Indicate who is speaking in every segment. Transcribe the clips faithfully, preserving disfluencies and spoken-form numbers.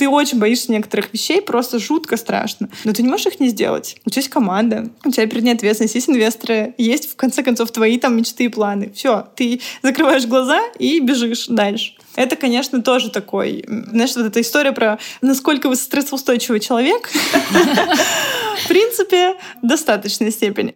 Speaker 1: ты очень боишься некоторых вещей, просто жутко страшно. Но ты не можешь их не сделать. У тебя есть команда, у тебя перед ней ответственность, есть инвесторы, есть, в конце концов, твои там мечты и планы. Все, ты закрываешь глаза и бежишь дальше. Это, конечно, тоже такой... Знаешь, вот эта история про насколько вы стрессоустойчивый человек. В принципе, в достаточной степени.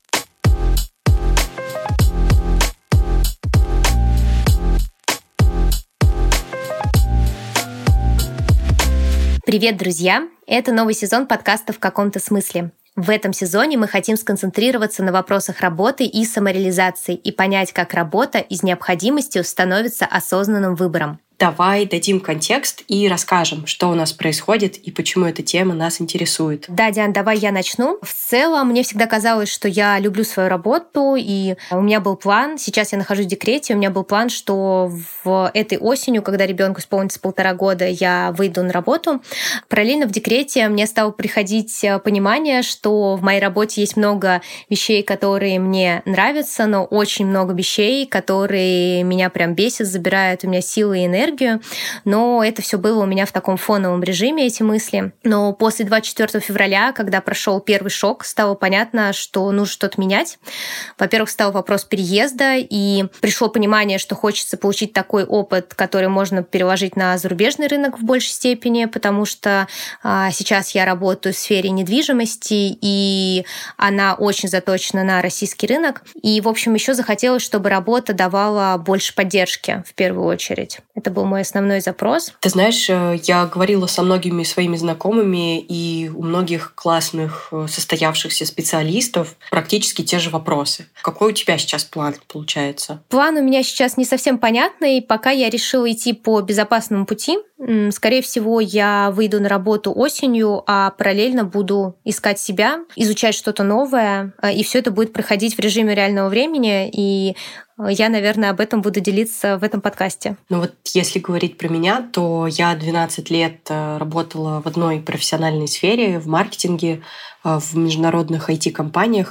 Speaker 2: Привет, друзья! Это новый сезон подкаста «В каком-то смысле». В этом сезоне мы хотим сконцентрироваться на вопросах работы и самореализации и понять, как работа из необходимости становится осознанным выбором.
Speaker 3: Давай дадим контекст и расскажем, что у нас происходит и почему эта тема нас интересует.
Speaker 2: Да, Диан, давай я начну. В целом, мне всегда казалось, что я люблю свою работу, и у меня был план. Сейчас я нахожусь в декрете, у меня был план, что в этой осенью, когда ребенку исполнится полтора года, я выйду на работу. Параллельно в декрете мне стало приходить понимание, что в моей работе есть много вещей, которые мне нравятся, но очень много вещей, которые меня прям бесят, забирают у меня силы и энергию. Но это все было у меня в таком фоновом режиме, эти мысли. Но после двадцать четвёртого февраля, когда прошел первый шок, стало понятно, что нужно что-то менять. Во-первых, стал вопрос переезда, и пришло понимание, что хочется получить такой опыт, который можно переложить на зарубежный рынок в большей степени, потому что а, сейчас я работаю в сфере недвижимости, и она очень заточена на российский рынок. И, в общем, еще захотелось, чтобы работа давала больше поддержки в первую очередь. Это был мой основной запрос.
Speaker 3: Ты знаешь, я говорила со многими своими знакомыми, и у многих классных состоявшихся специалистов практически те же вопросы. Какой у тебя сейчас план получается?
Speaker 2: План у меня сейчас не совсем понятный. Пока я решила идти по безопасному пути. Скорее всего, я выйду на работу осенью, а параллельно буду искать себя, изучать что-то новое. И все это будет проходить в режиме реального времени. И я, наверное, об этом буду делиться в этом подкасте.
Speaker 3: Ну вот если говорить про меня, то я двенадцать лет работала в одной профессиональной сфере, в маркетинге, в международных ай ти-компаниях.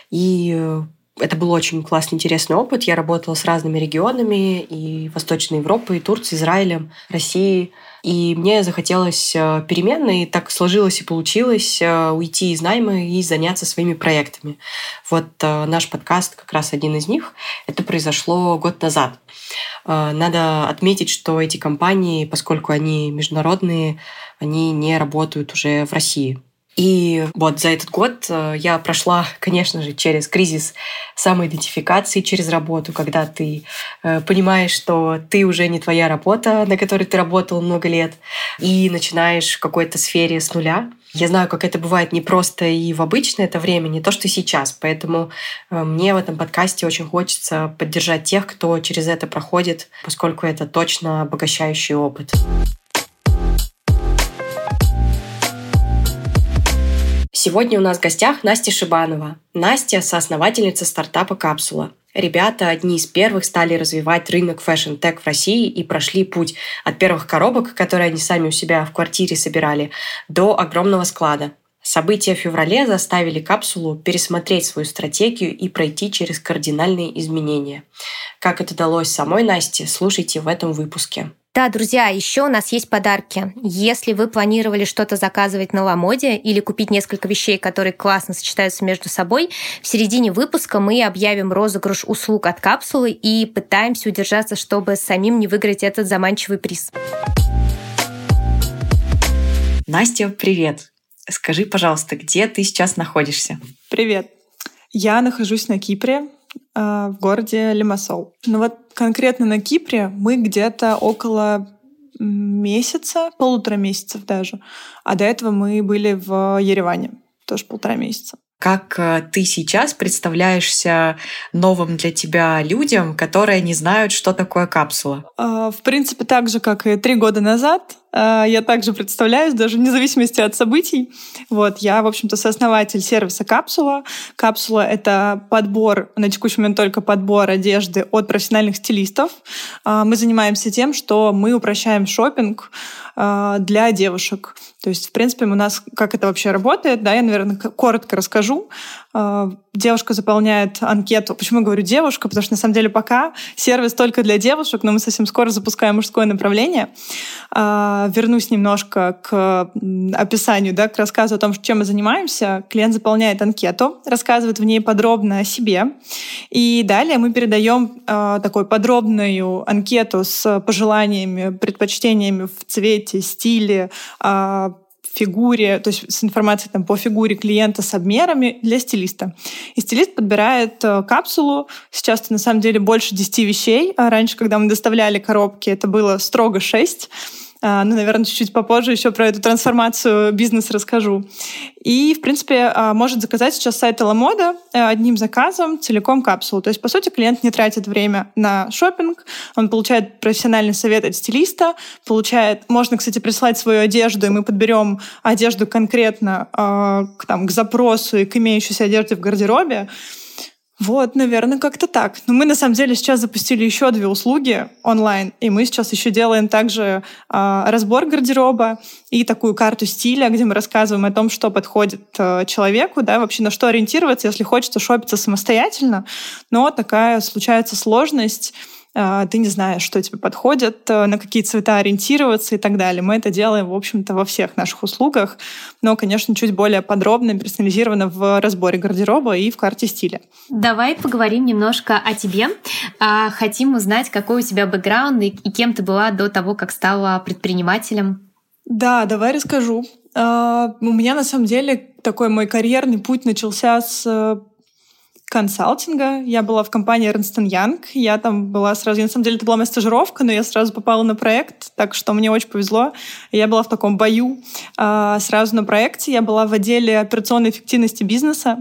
Speaker 3: И это был очень классный, интересный опыт. Я работала с разными регионами, и Восточной Европой, и Турцией, Израилем, Россией. И мне захотелось перемен, и так сложилось и получилось уйти из найма и заняться своими проектами. Вот наш подкаст как раз один из них. Это произошло год назад. Надо отметить, что эти компании, поскольку они международные, они не работают уже в России. И вот за этот год я прошла, конечно же, через кризис самоидентификации, через работу, когда ты понимаешь, что ты уже не твоя работа, на которой ты работал много лет, и начинаешь в какой-то сфере с нуля. Я знаю, как это бывает непросто и в обычное это время, не то, что сейчас. Поэтому мне в этом подкасте очень хочется поддержать тех, кто через это проходит, поскольку это точно обогащающий опыт. Сегодня у нас в гостях Настя Шибанова. Настя — соосновательница стартапа «Капсула». Ребята одни из первых стали развивать рынок фэшн-тек в России и прошли путь от первых коробок, которые они сами у себя в квартире собирали, до огромного склада. События в феврале заставили «Капсулу» пересмотреть свою стратегию и пройти через кардинальные изменения. Как это далось самой Насте, слушайте в этом выпуске.
Speaker 2: Да, друзья, еще у нас есть подарки. Если вы планировали что-то заказывать на Ламоде или купить несколько вещей, которые классно сочетаются между собой, в середине выпуска мы объявим розыгрыш услуг от «Капсулы» и пытаемся удержаться, чтобы самим не выиграть этот заманчивый приз.
Speaker 4: Настя, привет! Скажи, пожалуйста, где ты сейчас находишься?
Speaker 1: Привет. Я нахожусь на Кипре, в городе Лимассол. Ну вот конкретно на Кипре мы где-то около месяца, полутора месяцев даже. А до этого мы были в Ереване, тоже полтора месяца.
Speaker 4: Как ты сейчас представляешься новым для тебя людям, которые не знают, что такое «Капсула»?
Speaker 1: В принципе, так же, как и три года назад. Я также представляюсь, даже вне зависимости от событий. Вот, я, в общем-то, сооснователь сервиса «Капсула». «Капсула» — это подбор, на текущий момент только подбор одежды от профессиональных стилистов. Мы занимаемся тем, что мы упрощаем шопинг для девушек. То есть, в принципе, у нас как это вообще работает, да, я, наверное, коротко расскажу. Девушка заполняет анкету. Почему я говорю девушка? Потому что на самом деле пока сервис только для девушек, но мы совсем скоро запускаем мужское направление. Вернусь немножко к описанию, да, к рассказу о том, чем мы занимаемся. Клиент заполняет анкету, рассказывает в ней подробно о себе. И далее мы передаем такую подробную анкету с пожеланиями, предпочтениями в цвете, стиле, фигуре, то есть с информацией там, по фигуре клиента, с обмерами для стилиста. И стилист подбирает капсулу. Сейчас это на самом деле больше десяти вещей. А раньше, когда мы доставляли коробки, это было строго шесть. Ну, наверное, чуть-чуть попозже еще про эту трансформацию бизнеса расскажу. И, в принципе, может заказать сейчас сайт Ламода одним заказом целиком капсулу. То есть, по сути, клиент не тратит время на шопинг, он получает профессиональный совет от стилиста, получает... Можно, кстати, прислать свою одежду, и мы подберем одежду конкретно к, там, к запросу и к имеющейся одежде в гардеробе. Вот, наверное, как-то так. Но мы, на самом деле, сейчас запустили еще две услуги онлайн, и мы сейчас еще делаем также э, разбор гардероба и такую карту стиля, где мы рассказываем о том, что подходит э, человеку, да, вообще на что ориентироваться, если хочется шопиться самостоятельно. Но такая случается сложность, э, ты не знаешь, что тебе подходит, э, на какие цвета ориентироваться и так далее. Мы это делаем, в общем-то, во всех наших услугах, но, конечно, чуть более подробно и персонализированно в разборе гардероба и в карте стиля.
Speaker 2: Давай поговорим немножко о тебе. Хотим узнать, какой у тебя бэкграунд и кем ты была до того, как стала предпринимателем.
Speaker 1: Да, давай расскажу. У меня, на самом деле, такой мой карьерный путь начался с консалтинга. Я была в компании Ernst энд Young. Я там была сразу... На самом деле, это была моя стажировка, но я сразу попала на проект, так что мне очень повезло. Я была в таком бою сразу на проекте. Я была в отделе операционной эффективности бизнеса.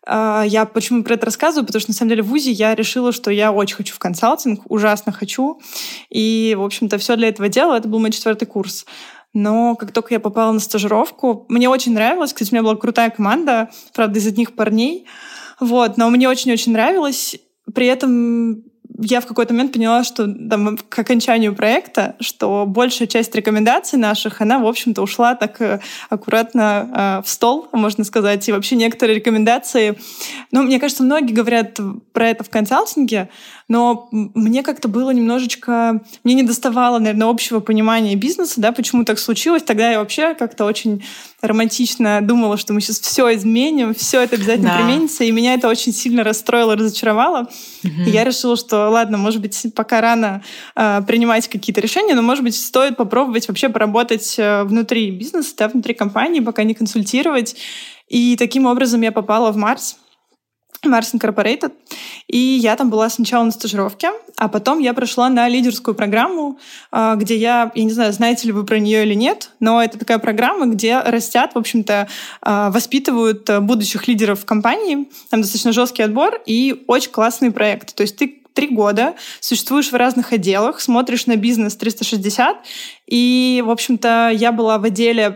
Speaker 1: Я почему про это рассказываю? Потому что, на самом деле, в ВУЗе я решила, что я очень хочу в консалтинг, ужасно хочу. И, в общем-то, все для этого делала. Это был мой четвертый курс. Но как только я попала на стажировку, мне очень нравилось. Кстати, у меня была крутая команда, правда, из одних парней. Вот, но мне очень-очень нравилось. При этом я в какой-то момент поняла, что там, к окончанию проекта, что большая часть рекомендаций наших, она, в общем-то, ушла так аккуратно э, в стол, можно сказать. И вообще некоторые рекомендации... Ну, мне кажется, многие говорят про это в консалтинге, но мне как-то было немножечко... Мне не доставало, наверное, общего понимания бизнеса, да, почему так случилось. Тогда я вообще как-то очень романтично думала, что мы сейчас все изменим, все это обязательно да. применится, и меня это очень сильно расстроило, разочаровало. Угу. И я решила, что ладно, может быть, пока рано э, принимать какие-то решения, но, может быть, стоит попробовать вообще поработать внутри бизнеса, да, внутри компании, пока не консультировать. И таким образом я попала в Марс. Mars Incorporated. И я там была сначала на стажировке, а потом я прошла на лидерскую программу, где я, я не знаю, знаете ли вы про нее или нет, но это такая программа, где растят, в общем-то, воспитывают будущих лидеров в компании. Там достаточно жесткий отбор и очень классный проект. То есть ты три года существуешь в разных отделах, смотришь на бизнес триста шестьдесят, и, в общем-то, я была в отделе...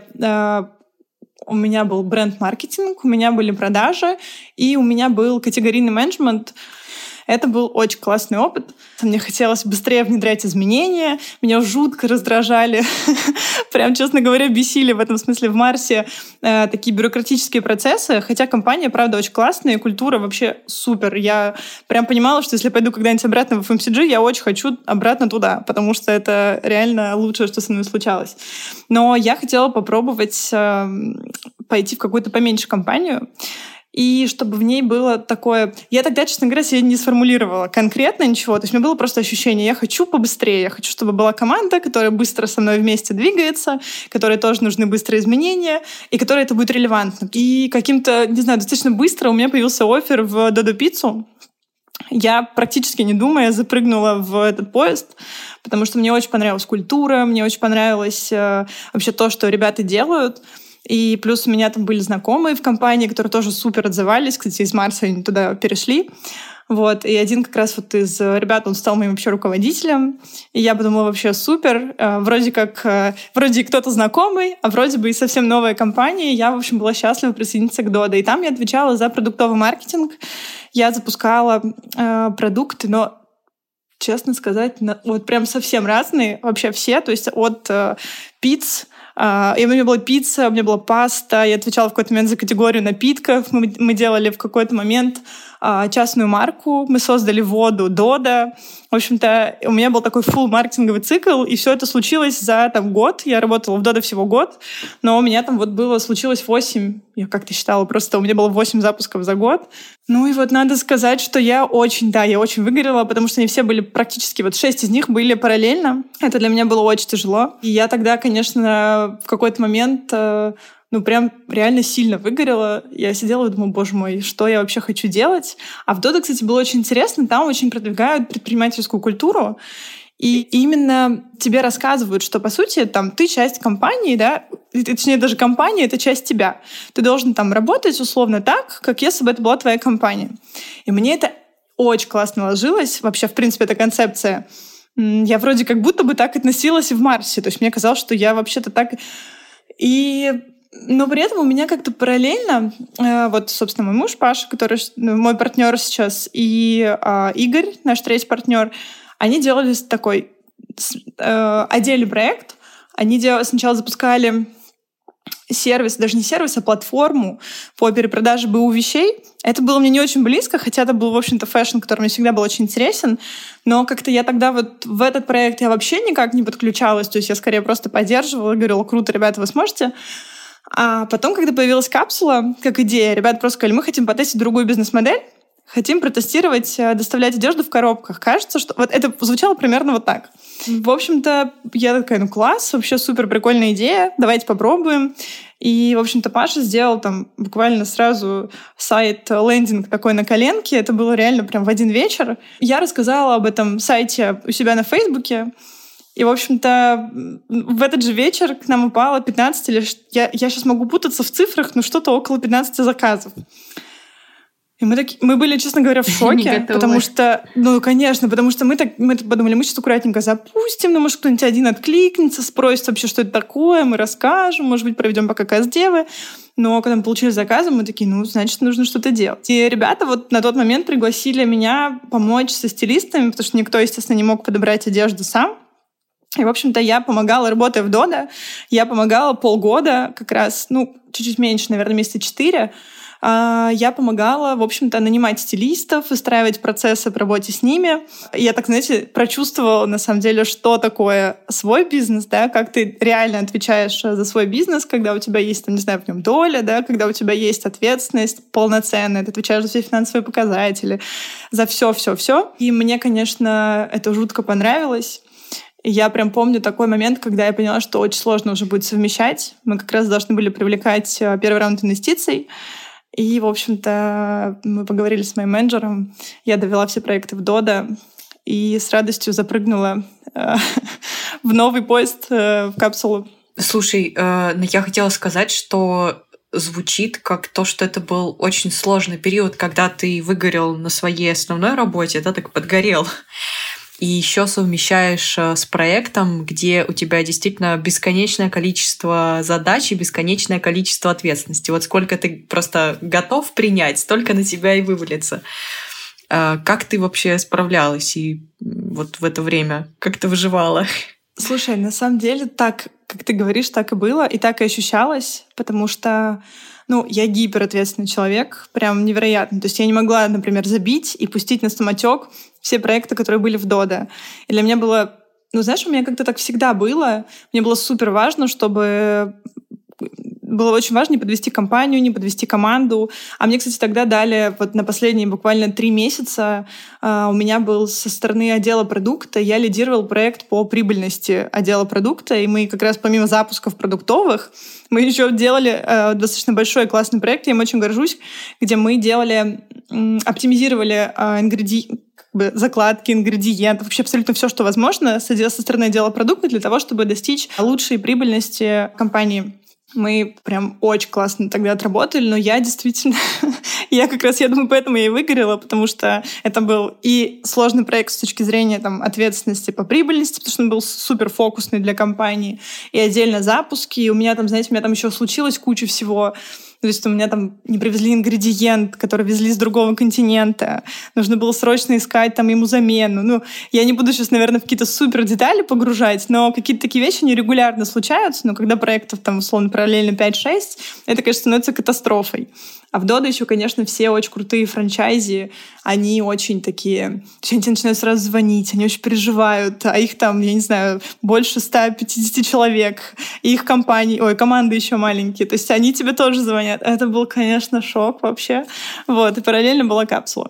Speaker 1: У меня был бренд-маркетинг, у меня были продажи, и у меня был категорийный менеджмент. Это был очень классный опыт. Мне хотелось быстрее внедрять изменения. Меня жутко раздражали, прям, честно говоря, бесили в этом смысле в Марсе э, такие бюрократические процессы. Хотя компания, правда, очень классная, и культура вообще супер. Я прям понимала, что если пойду когда-нибудь обратно в эф эм си джи, я очень хочу обратно туда, потому что это реально лучшее, что со мной случалось. Но я хотела попробовать э, пойти в какую-то поменьше компанию, и чтобы в ней было такое... Я тогда, честно говоря, себе не сформулировала конкретно ничего. То есть у меня было просто ощущение, я хочу побыстрее, я хочу, чтобы была команда, которая быстро со мной вместе двигается, которой тоже нужны быстрые изменения, и которой это будет релевантно. И каким-то, не знаю, достаточно быстро у меня появился оффер в Додо Пиццу. Я практически не думая запрыгнула в этот поезд, потому что мне очень понравилась культура, мне очень понравилось э, вообще то, что ребята делают. И плюс у меня там были знакомые в компании, которые тоже супер отзывались. Кстати, из Марса они туда перешли. Вот. И один как раз вот из ребят, он стал моим вообще руководителем. И я подумала, вообще супер. Вроде как, вроде кто-то знакомый, а вроде бы и совсем новая компания. Я, в общем, была счастлива присоединиться к Додо. И там я отвечала за продуктовый маркетинг. Я запускала э, продукты, но, честно сказать, вот прям совсем разные. Вообще все. То есть от э, пиц, И у меня была пицца, у меня была паста, я отвечала в какой-то момент за категорию напитков. Мы, мы делали в какой-то момент частную марку, мы создали воду Дода. В общем-то, у меня был такой фулл маркетинговый цикл, и все это случилось за там, год. Я работала в Дода всего год, но у меня там вот было, случилось восемь, я как-то считала, просто у меня было восемь запусков за год. Ну и вот надо сказать, что я очень, да, я очень выгорела, потому что они все были практически, вот шесть из них были параллельно. Это для меня было очень тяжело. И я тогда, конечно, в какой-то момент... ну, прям реально сильно выгорела. Я сидела и думала, боже мой, что я вообще хочу делать? А в Dodo, кстати, было очень интересно. Там очень продвигают предпринимательскую культуру. И именно тебе рассказывают, что, по сути, там, ты часть компании, да, точнее, даже компания — это часть тебя. Ты должен там работать условно так, как если бы это была твоя компания. И мне это очень классно ложилось. Вообще, в принципе, эта концепция. Я вроде как будто бы так относилась и в Марсе. То есть мне казалось, что я вообще-то так... И... Но при этом у меня как-то параллельно, э, вот, собственно, мой муж Паша, который мой партнер сейчас, и э, Игорь, наш третий партнер, они делали такой э, отдельный проект. Они делали, сначала запускали сервис, даже не сервис, а платформу по перепродаже БУ вещей. Это было мне не очень близко, хотя это был, в общем-то, фэшн, который мне всегда был очень интересен. Но как-то я тогда вот в этот проект я вообще никак не подключалась. То есть я скорее просто поддерживала и говорила, круто, ребята, вы сможете. А потом, когда появилась капсула, как идея, ребята просто сказали, мы хотим потестить другую бизнес-модель, хотим протестировать, доставлять одежду в коробках. Кажется, что... Вот это звучало примерно вот так. В общем-то, я такая, ну класс, вообще супер прикольная идея, давайте попробуем. И, в общем-то, Паша сделал там буквально сразу сайт-лендинг такой на коленке. Это было реально прям в один вечер. Я рассказала об этом сайте у себя на Фейсбуке. И, в общем-то, в этот же вечер к нам упало пятнадцать или... Я, я сейчас могу путаться в цифрах, но что-то около пятнадцати заказов. И мы, таки, мы были, честно говоря, в шоке, потому что... Ну, конечно, потому что мы, так, мы подумали, мы сейчас аккуратненько запустим, ну, может, кто-нибудь один откликнется, спросит вообще, что это такое, мы расскажем, может быть, проведем пока каздевы. Но когда мы получили заказы, мы такие, ну, значит, нужно что-то делать. И ребята вот на тот момент пригласили меня помочь со стилистами, потому что никто, естественно, не мог подобрать одежду сам. И, в общем-то, я помогала, работая в Dodo, я помогала полгода, как раз, ну, чуть-чуть меньше, наверное, месяца четыре, я помогала, в общем-то, нанимать стилистов, выстраивать процессы по работе с ними. Я так, знаете, прочувствовала, на самом деле, что такое свой бизнес, да, как ты реально отвечаешь за свой бизнес, когда у тебя есть, там, не знаю, в нем доля, да, когда у тебя есть ответственность полноценная, ты отвечаешь за все финансовые показатели, за все-все-все. И мне, конечно, это жутко понравилось. И я прям помню такой момент, когда я поняла, что очень сложно уже будет совмещать. Мы как раз должны были привлекать первый раунд инвестиций. И, в общем-то, мы поговорили с моим менеджером. Я довела все проекты в Dodo и с радостью запрыгнула э, в новый поезд, э, в капсулу.
Speaker 4: Слушай, э, я хотела сказать, что звучит как то, что это был очень сложный период, когда ты выгорел на своей основной работе, да, так подгорел. И еще совмещаешь с проектом, где у тебя действительно бесконечное количество задач и бесконечное количество ответственности. Вот сколько ты просто готов принять, столько на тебя и вывалится. Как ты вообще справлялась и вот в это время? Как ты выживала?
Speaker 1: Слушай, на самом деле так, как ты говоришь, так и было, и так и ощущалось, потому что ну, я гиперответственный человек, прям невероятно. То есть я не могла, например, забить и пустить на самотек все проекты, которые были в Dodo. И для меня было... Ну, знаешь, у меня как-то так всегда было. Мне было супер важно, чтобы... Было очень важно не подвести компанию, не подвести команду. А мне, кстати, тогда дали вот на последние буквально три месяца э, у меня был со стороны отдела продукта, я лидировал проект по прибыльности отдела продукта, и мы как раз помимо запусков продуктовых, мы еще делали э, достаточно большой классный проект, я им очень горжусь, где мы делали, э, оптимизировали э, ингредиенты, закладки ингредиентов, вообще абсолютно все, что возможно со стороны отдела продукта для того, чтобы достичь лучшей прибыльности компании. Мы прям очень классно тогда отработали, но я действительно... я как раз, я думаю, поэтому я и выгорела, потому что это был и сложный проект с точки зрения там, ответственности по прибыльности, потому что он был супер фокусный для компании, и отдельно запуски. И у меня там, знаете, у меня там еще случилось куча всего. То есть у меня там не привезли ингредиент, который везли с другого континента. Нужно было срочно искать там ему замену. Ну, я не буду сейчас, наверное, в какие-то супер детали погружать, но какие-то такие вещи, они регулярно случаются. Но когда проектов там, условно, параллельно пять-шесть, это, конечно, становится катастрофой. А в Dodo еще, конечно, все очень крутые франчайзи, они очень такие... Они тебе начинают сразу звонить, они очень переживают, а их там, я не знаю, больше ста пятидесяти человек, и их компании, ой, команды еще маленькие, то есть они тебе тоже звонят. Это был, конечно, шок вообще. Вот, и параллельно была капсула.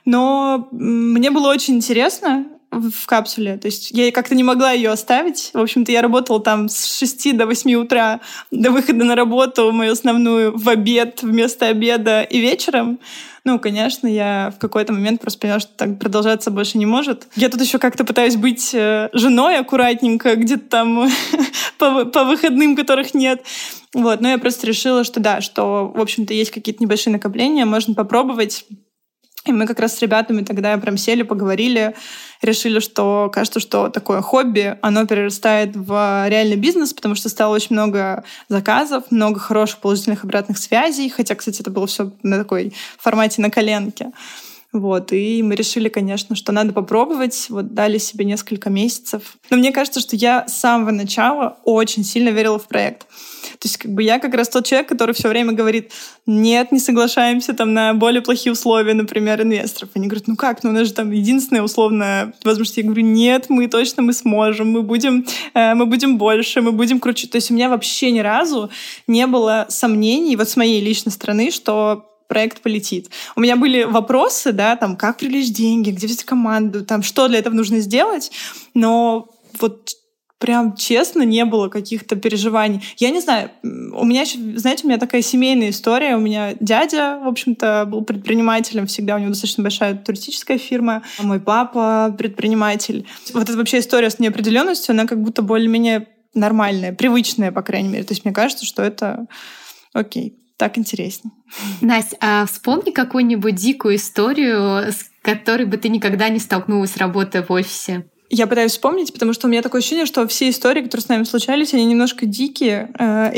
Speaker 1: Но мне было очень интересно в капсуле. То есть я как-то не могла ее оставить. В общем-то, я работала там с шести до восьми утра до выхода на работу, мою основную, в обед, вместо обеда и вечером. Ну, конечно, я в какой-то момент просто поняла, что так продолжаться больше не может. Я тут еще как-то пытаюсь быть женой аккуратненько, где-то там по, по выходным, которых нет. Вот. Но я просто решила, что да, что, в общем-то, есть какие-то небольшие накопления, можно попробовать. И мы как раз с ребятами тогда прям сели, поговорили, решили, что кажется, что такое хобби, оно перерастает в реальный бизнес, потому что стало очень много заказов, много хороших положительных обратных связей, хотя, кстати, это было все на такой формате на коленке. Вот, и мы решили, конечно, что надо попробовать, вот дали себе несколько месяцев. Но мне кажется, что я с самого начала очень сильно верила в проект. То есть как бы я как раз тот человек, который все время говорит: нет, не соглашаемся там на более плохие условия, например, инвесторов. Они говорят: ну как, ну у нас же там единственная условная возможность. Я говорю: нет, мы точно мы сможем, мы будем, э, мы будем больше, мы будем круче. То есть у меня вообще ни разу не было сомнений вот с моей личной стороны, что проект полетит. У меня были вопросы, да, там, как привлечь деньги, где взять команду, там, что для этого нужно сделать, но вот прям честно не было каких-то переживаний. Я не знаю, у меня еще, знаете, у меня такая семейная история. У меня дядя, в общем-то, был предпринимателем всегда, у него достаточно большая туристическая фирма. А мой папа предприниматель. Вот эта вообще история с неопределенностью, она как будто более-менее нормальная, привычная, по крайней мере. То есть мне кажется, что это окей. Так интереснее.
Speaker 2: Настя, а вспомни какую-нибудь дикую историю, с которой бы ты никогда не столкнулась, работая в офисе.
Speaker 1: Я пытаюсь вспомнить, потому что у меня такое ощущение, что все истории, которые с нами случались, они немножко дикие.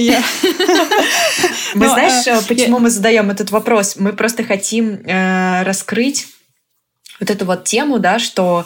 Speaker 4: Мы знаешь, почему мы задаем этот вопрос? Мы просто хотим раскрыть вот эту вот тему, да, что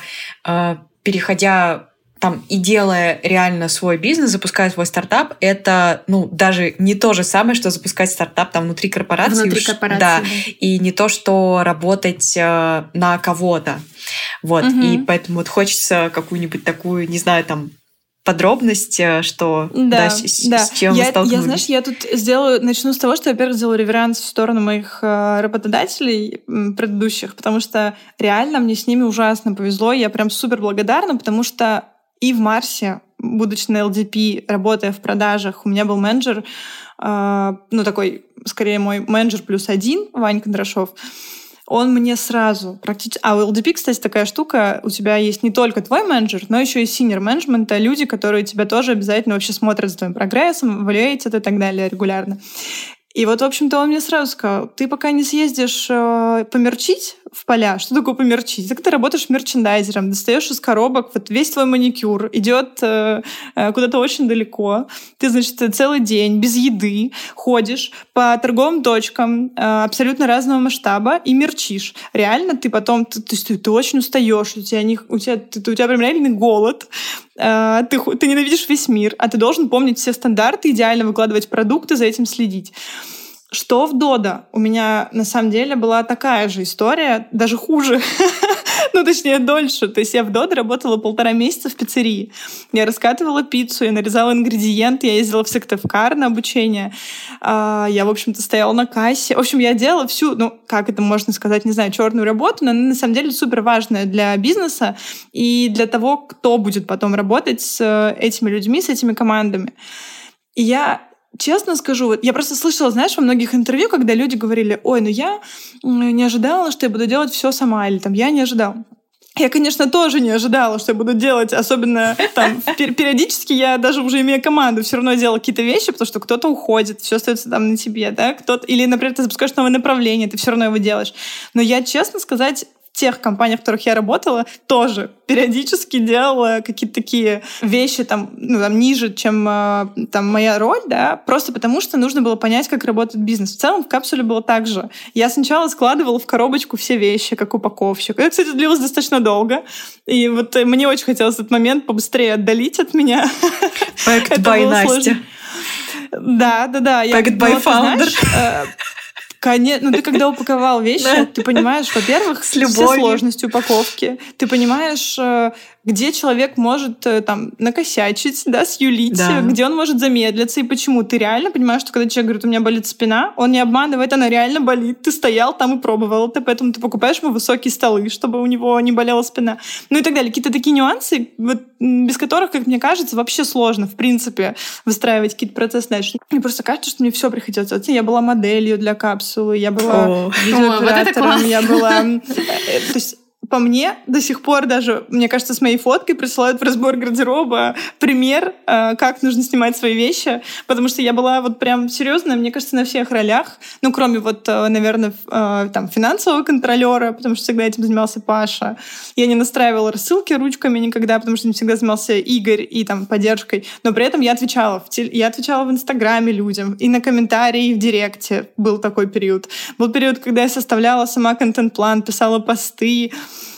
Speaker 4: переходя там и делая реально свой бизнес, запуская свой стартап, это, ну, даже не то же самое, что запускать стартап там внутри корпорации.
Speaker 2: Внутри корпорации,
Speaker 4: да,
Speaker 2: да.
Speaker 4: И не то, что работать э, на кого-то. Вот. Угу. И поэтому вот хочется какую-нибудь такую, не знаю, там, подробность, что
Speaker 1: да,
Speaker 4: да, с,
Speaker 1: да.
Speaker 4: с чем
Speaker 1: я,
Speaker 4: вы столкнулись.
Speaker 1: Я, знаешь, я тут сделаю, начну с того, что, во-первых, сделаю реверанс в сторону моих э, работодателей предыдущих, потому что реально мне с ними ужасно повезло, и я прям супер благодарна, потому что и в Марсе, будучи на эл ди пи, работая в продажах, у меня был менеджер, э, ну такой, скорее, мой менеджер плюс один, Вань Кондрашов. Он мне сразу практически... А у эл ди пи, кстати, такая штука, у тебя есть не только твой менеджер, но еще и синьор менеджмента, люди, которые тебя тоже обязательно вообще смотрят за твоим прогрессом, эвалюэйтят и так далее регулярно. И вот, в общем-то, он мне сразу сказал: ты пока не съездишь э, померчить в поля. Что такое померчить? Так ты работаешь мерчендайзером, достаешь из коробок вот весь твой маникюр, идет э, куда-то очень далеко. Ты, значит, целый день без еды ходишь по торговым точкам э, абсолютно разного масштаба и мерчишь. Реально ты потом... Ты, ты, ты, ты очень устаешь, у тебя, не, у, тебя, ты, у тебя прям реальный голод. Э, ты, ты ненавидишь весь мир, а ты должен помнить все стандарты, идеально выкладывать продукты, за этим следить. Что в Dodo? У меня, на самом деле, была такая же история, даже хуже. Ну, точнее, дольше. То есть я в Dodo работала полтора месяца в пиццерии. Я раскатывала пиццу, я нарезала ингредиенты, я ездила в Сыктывкар на обучение. Я, в общем-то, стояла на кассе. В общем, я делала всю, ну, как это можно сказать, не знаю, черную работу, но она, на самом деле, супер важная для бизнеса и для того, кто будет потом работать с этими людьми, с этими командами. И я... Честно скажу, вот я просто слышала, знаешь, во многих интервью, когда люди говорили: ой, ну я не ожидала, что я буду делать все сама, или там я не ожидала. Я, конечно, тоже не ожидала, что я буду делать, особенно там периодически я даже уже имея команду, все равно делала какие-то вещи, потому что кто-то уходит, все остается там на тебе, да, кто-то, или, например, ты запускаешь новое направление, ты все равно его делаешь. Но я, честно сказать, тех компаниях, в которых я работала, тоже периодически делала какие-то такие вещи там, ну, там ниже, чем там моя роль, да, просто потому что нужно было понять, как работает бизнес. В целом в капсуле было так же. Я сначала складывала в коробочку все вещи, как упаковщик. Это, кстати, длилось достаточно долго. И вот мне очень хотелось этот момент побыстрее отдалить от меня.
Speaker 4: Packed by Настя.
Speaker 1: Да, да, да.
Speaker 4: Packed by Founder.
Speaker 1: Конечно, ну ты когда упаковал вещи, ты понимаешь, во-первых, все сложности упаковки. Ты понимаешь, где человек может там накосячить, да, сюлить, да. где он может замедлиться и почему. Ты реально понимаешь, что когда человек говорит, у меня болит спина, он не обманывает, она реально болит. Ты стоял там и пробовал это, поэтому ты покупаешь ему высокие столы, чтобы у него не болела спина. Ну и так далее. Какие-то такие нюансы, вот, без которых, как мне кажется, вообще сложно, в принципе, выстраивать какие-то процессы дальше. Мне просто кажется, что мне все приходилось делать. Я была моделью для капсулы, я была видеооператором, вот я была... То есть по мне до сих пор даже, мне кажется, с моей фоткой присылают в разбор гардероба пример, как нужно снимать свои вещи, потому что я была вот прям серьезная, мне кажется, на всех ролях, ну, кроме вот, наверное, там, финансового контролера, потому что всегда этим занимался Паша. Я не настраивала рассылки ручками никогда, потому что им всегда занимался Игорь и там поддержкой, но при этом я отвечала в, теле... я отвечала в Инстаграме людям, и на комментарии, и в Директе был такой период. Был период, когда я составляла сама контент-план, писала посты,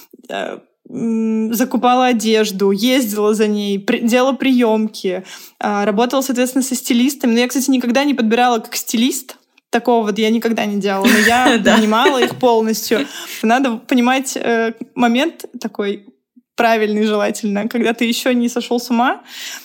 Speaker 1: закупала одежду, ездила за ней, делала приемки, работала, соответственно, со стилистами. Но я, кстати, никогда не подбирала как стилист. Такого вот я никогда не делала. Но я нанимала их полностью. Надо понимать момент такой правильный, желательно, когда ты еще не сошел с ума,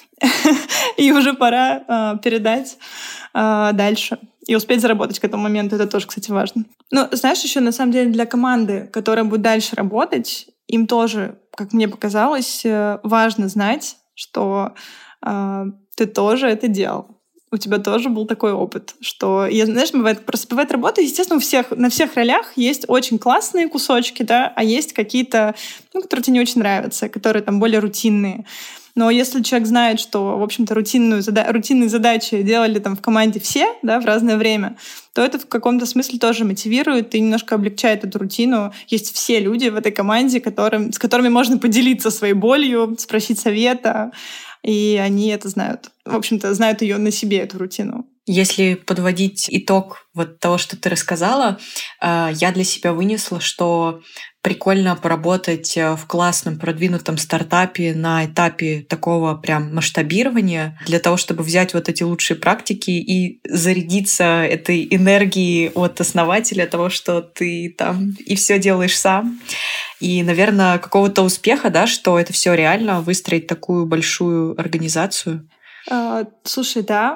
Speaker 1: и уже пора передать дальше. И успеть заработать к этому моменту, это тоже, кстати, важно. Ну, знаешь, еще на самом деле для команды, которая будет дальше работать, им тоже, как мне показалось, важно знать, что э, ты тоже это делал. У тебя тоже был такой опыт, что, я, знаешь, бывает, просто бывает работа, естественно, у всех, на всех ролях есть очень классные кусочки, да, а есть какие-то, ну, которые тебе не очень нравятся, которые там более рутинные. Но если человек знает, что, в общем-то, рутинную, рутинные задачи делали там в команде все, да, в разное время, то это в каком-то смысле тоже мотивирует и немножко облегчает эту рутину. Есть все люди в этой команде, которым, с которыми можно поделиться своей болью, спросить совета, и они это знают. В общем-то, знают ее на себе, эту рутину.
Speaker 4: Если подводить итог вот того, что ты рассказала, я для себя вынесла, что прикольно поработать в классном продвинутом стартапе на этапе такого прям масштабирования для того, чтобы взять вот эти лучшие практики и зарядиться этой энергией от основателя того, что ты там и все делаешь сам. И, наверное, какого-то успеха, да, что это все реально выстроить такую большую организацию.
Speaker 1: А, слушай, да.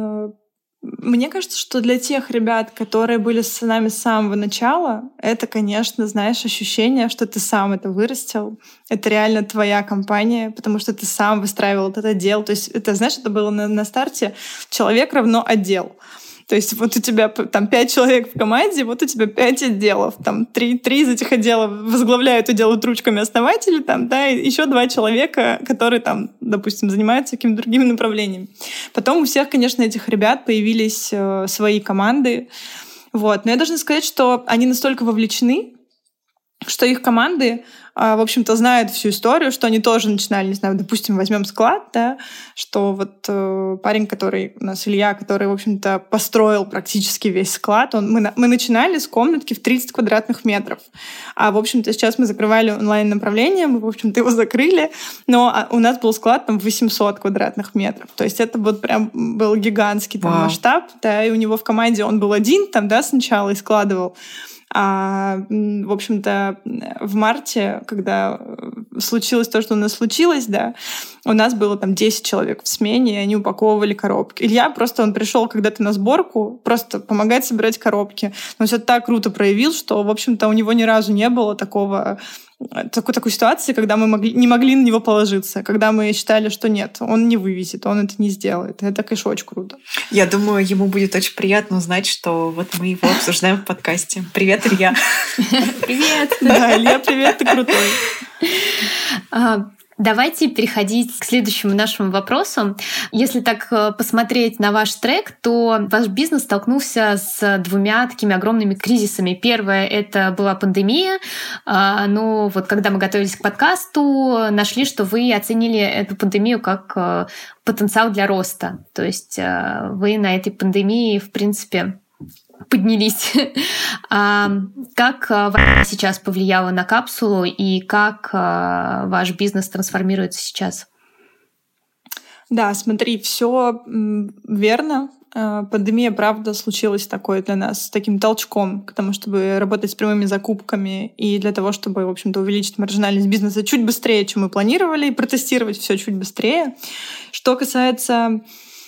Speaker 1: Мне кажется, что для тех ребят, которые были с нами с самого начала, это, конечно, знаешь, ощущение, что ты сам это вырастил. Это реально твоя компания, потому что ты сам выстраивал этот отдел. То есть это, знаешь, это было на, на старте человек равно отдел. То есть вот у тебя там пять человек в команде, вот у тебя пять отделов. Там три, три из этих отделов возглавляют и делают ручками основатели, там, да, и еще два человека, которые там, допустим, занимаются какими-то другими направлениями. Потом у всех, конечно, этих ребят появились э, свои команды. Вот. Но я должна сказать, что они настолько вовлечены, что их команды, в общем-то, знают всю историю, что они тоже начинали, не знаю, допустим, возьмем склад, да, что вот э, парень, который у нас, Илья, который, в общем-то, построил практически весь склад, он, мы, мы начинали с комнатки в тридцать квадратных метров. А, в общем-то, сейчас мы закрывали онлайн-направление, мы, в общем-то, его закрыли, но у нас был склад там восемьсот квадратных метров. То есть это вот прям был гигантский там, масштаб, да, и у него в команде он был один там, да, сначала и складывал. А, в общем-то, в марте, когда случилось то, что у нас случилось, да, у нас было там десять человек в смене, и они упаковывали коробки. Илья просто, он пришел когда-то на сборку, просто помогать собирать коробки. Он все так круто проявил, что, в общем-то, у него ни разу не было такого... Такой, такой ситуации, когда мы могли, не могли на него положиться, когда мы считали, что нет, он не вывезет, он это не сделает. Это, конечно, очень круто.
Speaker 4: Я думаю, ему будет очень приятно узнать, что вот мы его обсуждаем в подкасте. Привет, Илья.
Speaker 2: Привет.
Speaker 1: Да, Илья, привет, ты крутой.
Speaker 2: Давайте переходить к следующему нашему вопросу. Если так посмотреть на ваш трек, то ваш бизнес столкнулся с двумя такими огромными кризисами. Первое — это была пандемия. Но вот когда мы готовились к подкасту, нашли, что вы оценили эту пандемию как потенциал для роста. То есть вы на этой пандемии, в принципе, поднялись. А как война сейчас повлияла на капсулу и как ваш бизнес трансформируется сейчас?
Speaker 1: Да, смотри, все верно. Пандемия, правда, случилась такой для нас таким толчком к тому, чтобы работать с прямыми закупками и для того, чтобы, в общем-то, увеличить маржинальность бизнеса чуть быстрее, чем мы планировали, и протестировать все чуть быстрее. Что касается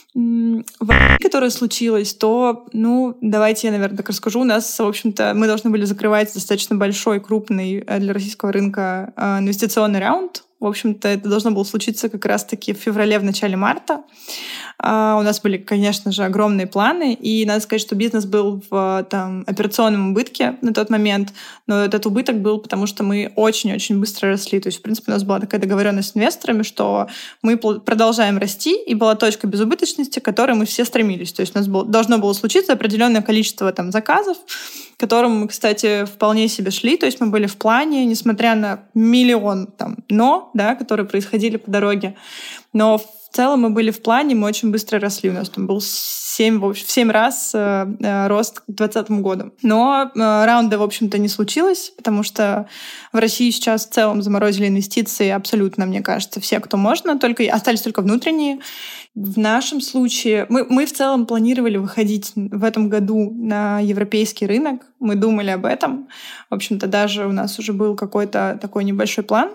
Speaker 1: войны, которая случилась, то, ну, давайте я, наверное, так расскажу. У нас, в общем-то, мы должны были закрывать достаточно большой, крупный для российского рынка инвестиционный раунд. В общем-то, это должно было случиться как раз-таки в феврале, в начале марта. Uh, у нас были, конечно же, огромные планы, и надо сказать, что бизнес был в там, операционном убытке на тот момент, но этот убыток был, потому что мы очень-очень быстро росли. То есть, в принципе, у нас была такая договоренность с инвесторами, что мы продолжаем расти, и была точка безубыточности, к которой мы все стремились. То есть у нас было, должно было случиться определенное количество там, заказов, к которым мы, кстати, вполне себе шли. То есть мы были в плане, несмотря на миллион там, «но», да, которые происходили по дороге. Но в целом мы были в плане, мы очень быстро росли. У нас там был семь, в общем, в семь раз э, э, рост к двадцатому году. Но э, раунда, в общем-то, не случилось, потому что в России сейчас в целом заморозили инвестиции абсолютно, мне кажется, все, кто можно, только остались только внутренние. В нашем случае мы, мы в целом планировали выходить в этом году на европейский рынок. Мы думали об этом. В общем-то, даже у нас уже был какой-то такой небольшой план.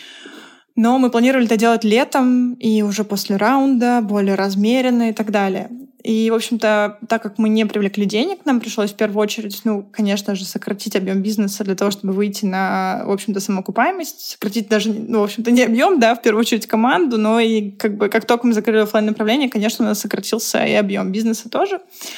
Speaker 1: Но мы планировали это делать летом и уже после раунда, более размеренно и так далее. И, в общем-то, так как мы не привлекли денег, нам пришлось в первую очередь, ну, конечно же, сократить объем бизнеса для того, чтобы выйти на, в общем-то, самоокупаемость. Сократить даже, ну, в общем-то, не объем, да, в первую очередь команду, но и как бы как только мы закрыли офлайн-направление, конечно, у нас сократился и объем бизнеса тоже.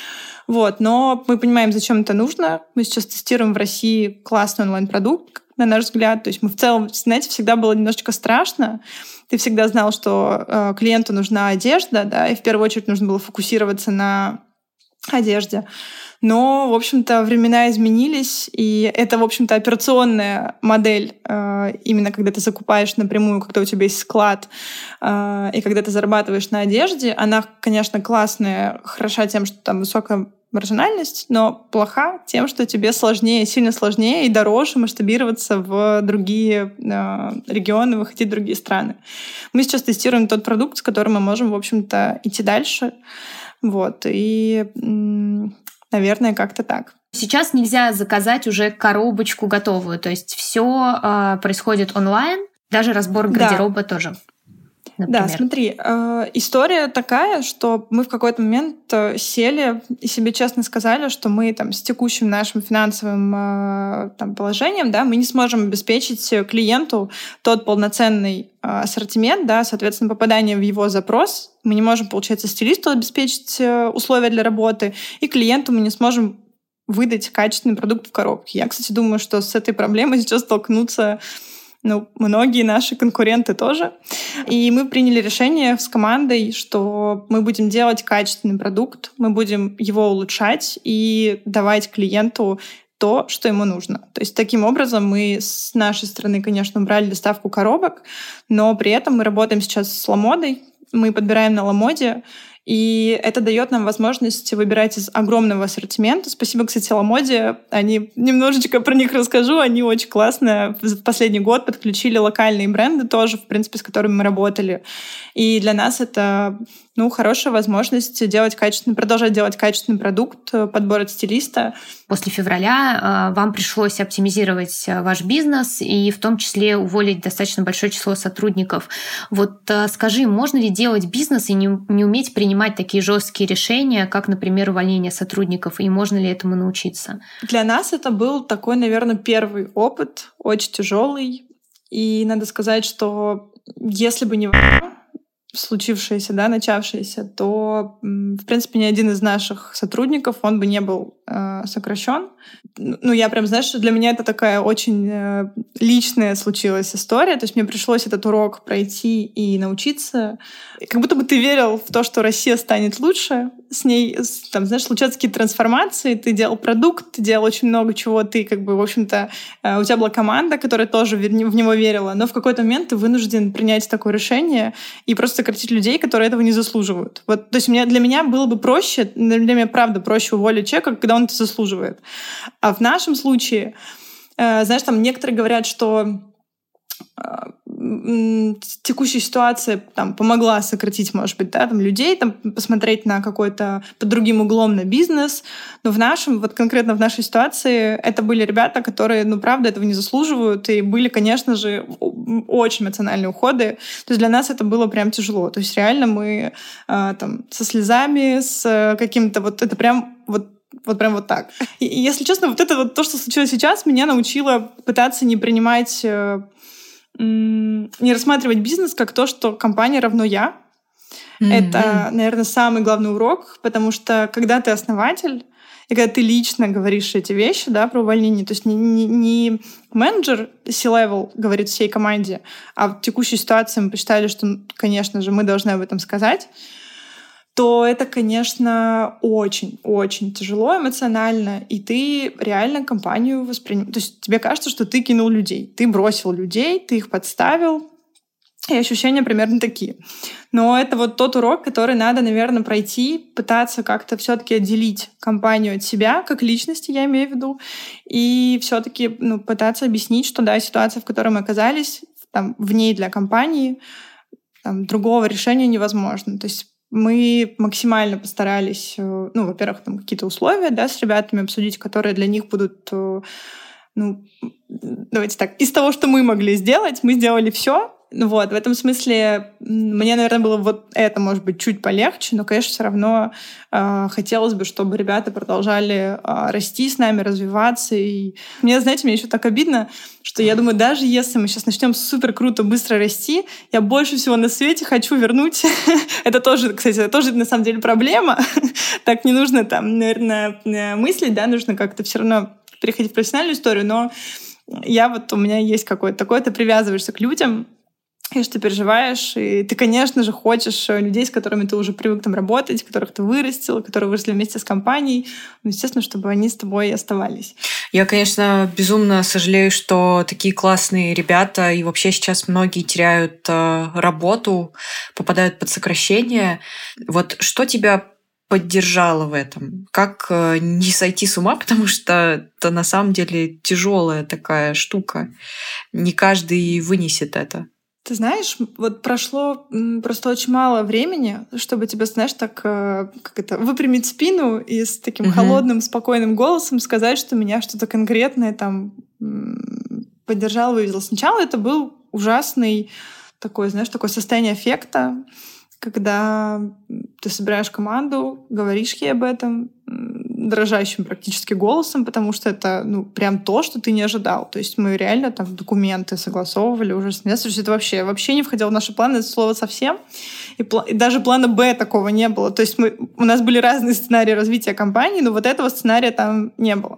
Speaker 1: Вот, но мы понимаем, зачем это нужно. Мы сейчас тестируем в России классный онлайн-продукт, на наш взгляд. То есть мы в целом, знаете, всегда было немножечко страшно. Ты всегда знал, что э, клиенту нужна одежда, да, и в первую очередь нужно было фокусироваться на одежде. Но, в общем-то, времена изменились, и это, в общем-то, операционная модель, э, именно когда ты закупаешь напрямую, когда у тебя есть склад, э, и когда ты зарабатываешь на одежде. Она, конечно, классная, хороша тем, что там высокая маржинальность, но плоха тем, что тебе сложнее, сильно сложнее и дороже масштабироваться в другие э, регионы, выходить в другие страны. Мы сейчас тестируем тот продукт, с которым мы можем, в общем-то, идти дальше. Вот. И, м- наверное, как-то так.
Speaker 2: Сейчас нельзя заказать уже коробочку готовую, то есть все э, происходит онлайн, даже разбор гардероба да. тоже. Например.
Speaker 1: Да, смотри, э, история такая, что мы в какой-то момент э, сели и себе честно сказали, что мы там с текущим нашим финансовым э, там, положением, да, мы не сможем обеспечить клиенту тот полноценный э, ассортимент, да, соответственно, попадание в его запрос. Мы не можем, получается, стилисту обеспечить э, условия для работы, и клиенту мы не сможем выдать качественный продукт в коробке. Я, кстати, думаю, что с этой проблемой сейчас столкнутся ну, многие наши конкуренты тоже. И мы приняли решение с командой, что мы будем делать качественный продукт, мы будем его улучшать и давать клиенту то, что ему нужно. То есть таким образом мы с нашей стороны, конечно, убрали доставку коробок, но при этом мы работаем сейчас с Ламодой, мы подбираем на Ламоде, и это дает нам возможность выбирать из огромного ассортимента. Спасибо, кстати, Ламоде. Они, немножечко про них расскажу. Они очень классно в последний год подключили локальные бренды тоже, в принципе, с которыми мы работали. И для нас это ну, хорошая возможность делать качественный, продолжать делать качественный продукт, подбор от стилиста.
Speaker 2: После февраля вам пришлось оптимизировать ваш бизнес и в том числе уволить достаточно большое число сотрудников. Вот скажи, можно ли делать бизнес и не, не уметь принимать такие жесткие решения, как, например, увольнение сотрудников, и можно ли этому научиться?
Speaker 1: Для нас это был такой, наверное, первый опыт, очень тяжелый. И надо сказать, что если бы не война, случившееся, да, начавшееся, то, в принципе, ни один из наших сотрудников, он бы не был э, сокращен. Ну, я прям, знаешь, для меня это такая очень э, личная случилась история. То есть мне пришлось этот урок пройти и научиться. Как будто бы ты верил в то, что Россия станет лучше. С ней, там, знаешь, случаются какие-то трансформации. Ты делал продукт, ты делал очень много чего. Ты, как бы, в общем-то, э, у тебя была команда, которая тоже в него верила. Но в какой-то момент ты вынужден принять такое решение и просто сократить людей, которые этого не заслуживают. Вот, то есть мне, для меня было бы проще, для меня правда проще уволить человека, когда он это заслуживает. А в нашем случае, э, знаешь, там некоторые говорят, что э, текущая ситуация там, помогла сократить, может быть, да, там, людей, там, посмотреть на какой-то под другим углом на бизнес. Но в нашем, вот конкретно в нашей ситуации, это были ребята, которые, ну, правда, этого не заслуживают. И были, конечно же, очень эмоциональные уходы. То есть для нас это было прям тяжело. То есть реально мы э, там, со слезами, с каким-то вот... Это прям вот Вот прям вот так. И, и, если честно, вот это вот то, что случилось сейчас, меня научило пытаться не принимать, э, м- не рассматривать бизнес как то, что компания равно я. Mm-hmm. Это, наверное, самый главный урок, потому что когда ты основатель, и когда ты лично говоришь эти вещи, да, про увольнение, то есть не, не, не менеджер C-level говорит всей команде, а в текущей ситуации мы посчитали, что, конечно же, мы должны об этом сказать, то это, конечно, очень-очень тяжело эмоционально, и ты реально компанию воспринимаешь. То есть тебе кажется, что ты кинул людей, ты бросил людей, ты их подставил, и ощущения примерно такие. Но это вот тот урок, который надо, наверное, пройти, пытаться как-то все-таки отделить компанию от себя, как личности, я имею в виду, и все-таки ну, пытаться объяснить, что да, ситуация, в которой мы оказались, там, в ней для компании, там, другого решения невозможно. То есть мы максимально постарались, ну, во-первых, там какие-то условия, да, с ребятами обсудить, которые для них будут, ну, давайте так, из того, что мы могли сделать, мы сделали все. Вот, в этом смысле мне, наверное, было вот это, может быть, чуть полегче, но, конечно, все равно э, хотелось бы, чтобы ребята продолжали э, расти с нами, развиваться. И мне, знаете, мне еще так обидно, что я думаю, даже если мы сейчас начнем супер круто, быстро расти, я больше всего на свете хочу вернуть. Это тоже, кстати, это тоже на самом деле проблема. Так не нужно там, наверное, мыслить, да, нужно как-то все равно переходить в профессиональную историю, но я вот, у меня есть какое-то такое, ты привязываешься к людям, и что ты переживаешь, и ты, конечно же, хочешь людей, с которыми ты уже привык там работать, которых ты вырастил, которые выросли вместе с компанией, ну, естественно, чтобы они с тобой оставались.
Speaker 4: Я, конечно, безумно сожалею, что такие классные ребята, и вообще сейчас многие теряют э, работу, попадают под сокращение. Вот что тебя поддержала в этом? Как э, не сойти с ума, потому что это на самом деле тяжелая такая штука. Не каждый вынесет это.
Speaker 1: Ты знаешь, вот прошло просто очень мало времени, чтобы тебе, знаешь, так как это, выпрямить спину и с таким uh-huh. холодным, спокойным голосом сказать, что меня что-то конкретное там поддержало, вывезло. Сначала это был ужасный такой, знаешь, такое состояние аффекта, когда ты собираешь команду, говоришь ей об этом дрожащим практически голосом, потому что это, ну, прям то, что ты не ожидал. То есть мы реально там документы согласовывали уже с инвестором. Это вообще, вообще не входило в наши планы, это слово совсем. И, пла- и даже плана Б такого не было. То есть мы, у нас были разные сценарии развития компании, но вот этого сценария там не было.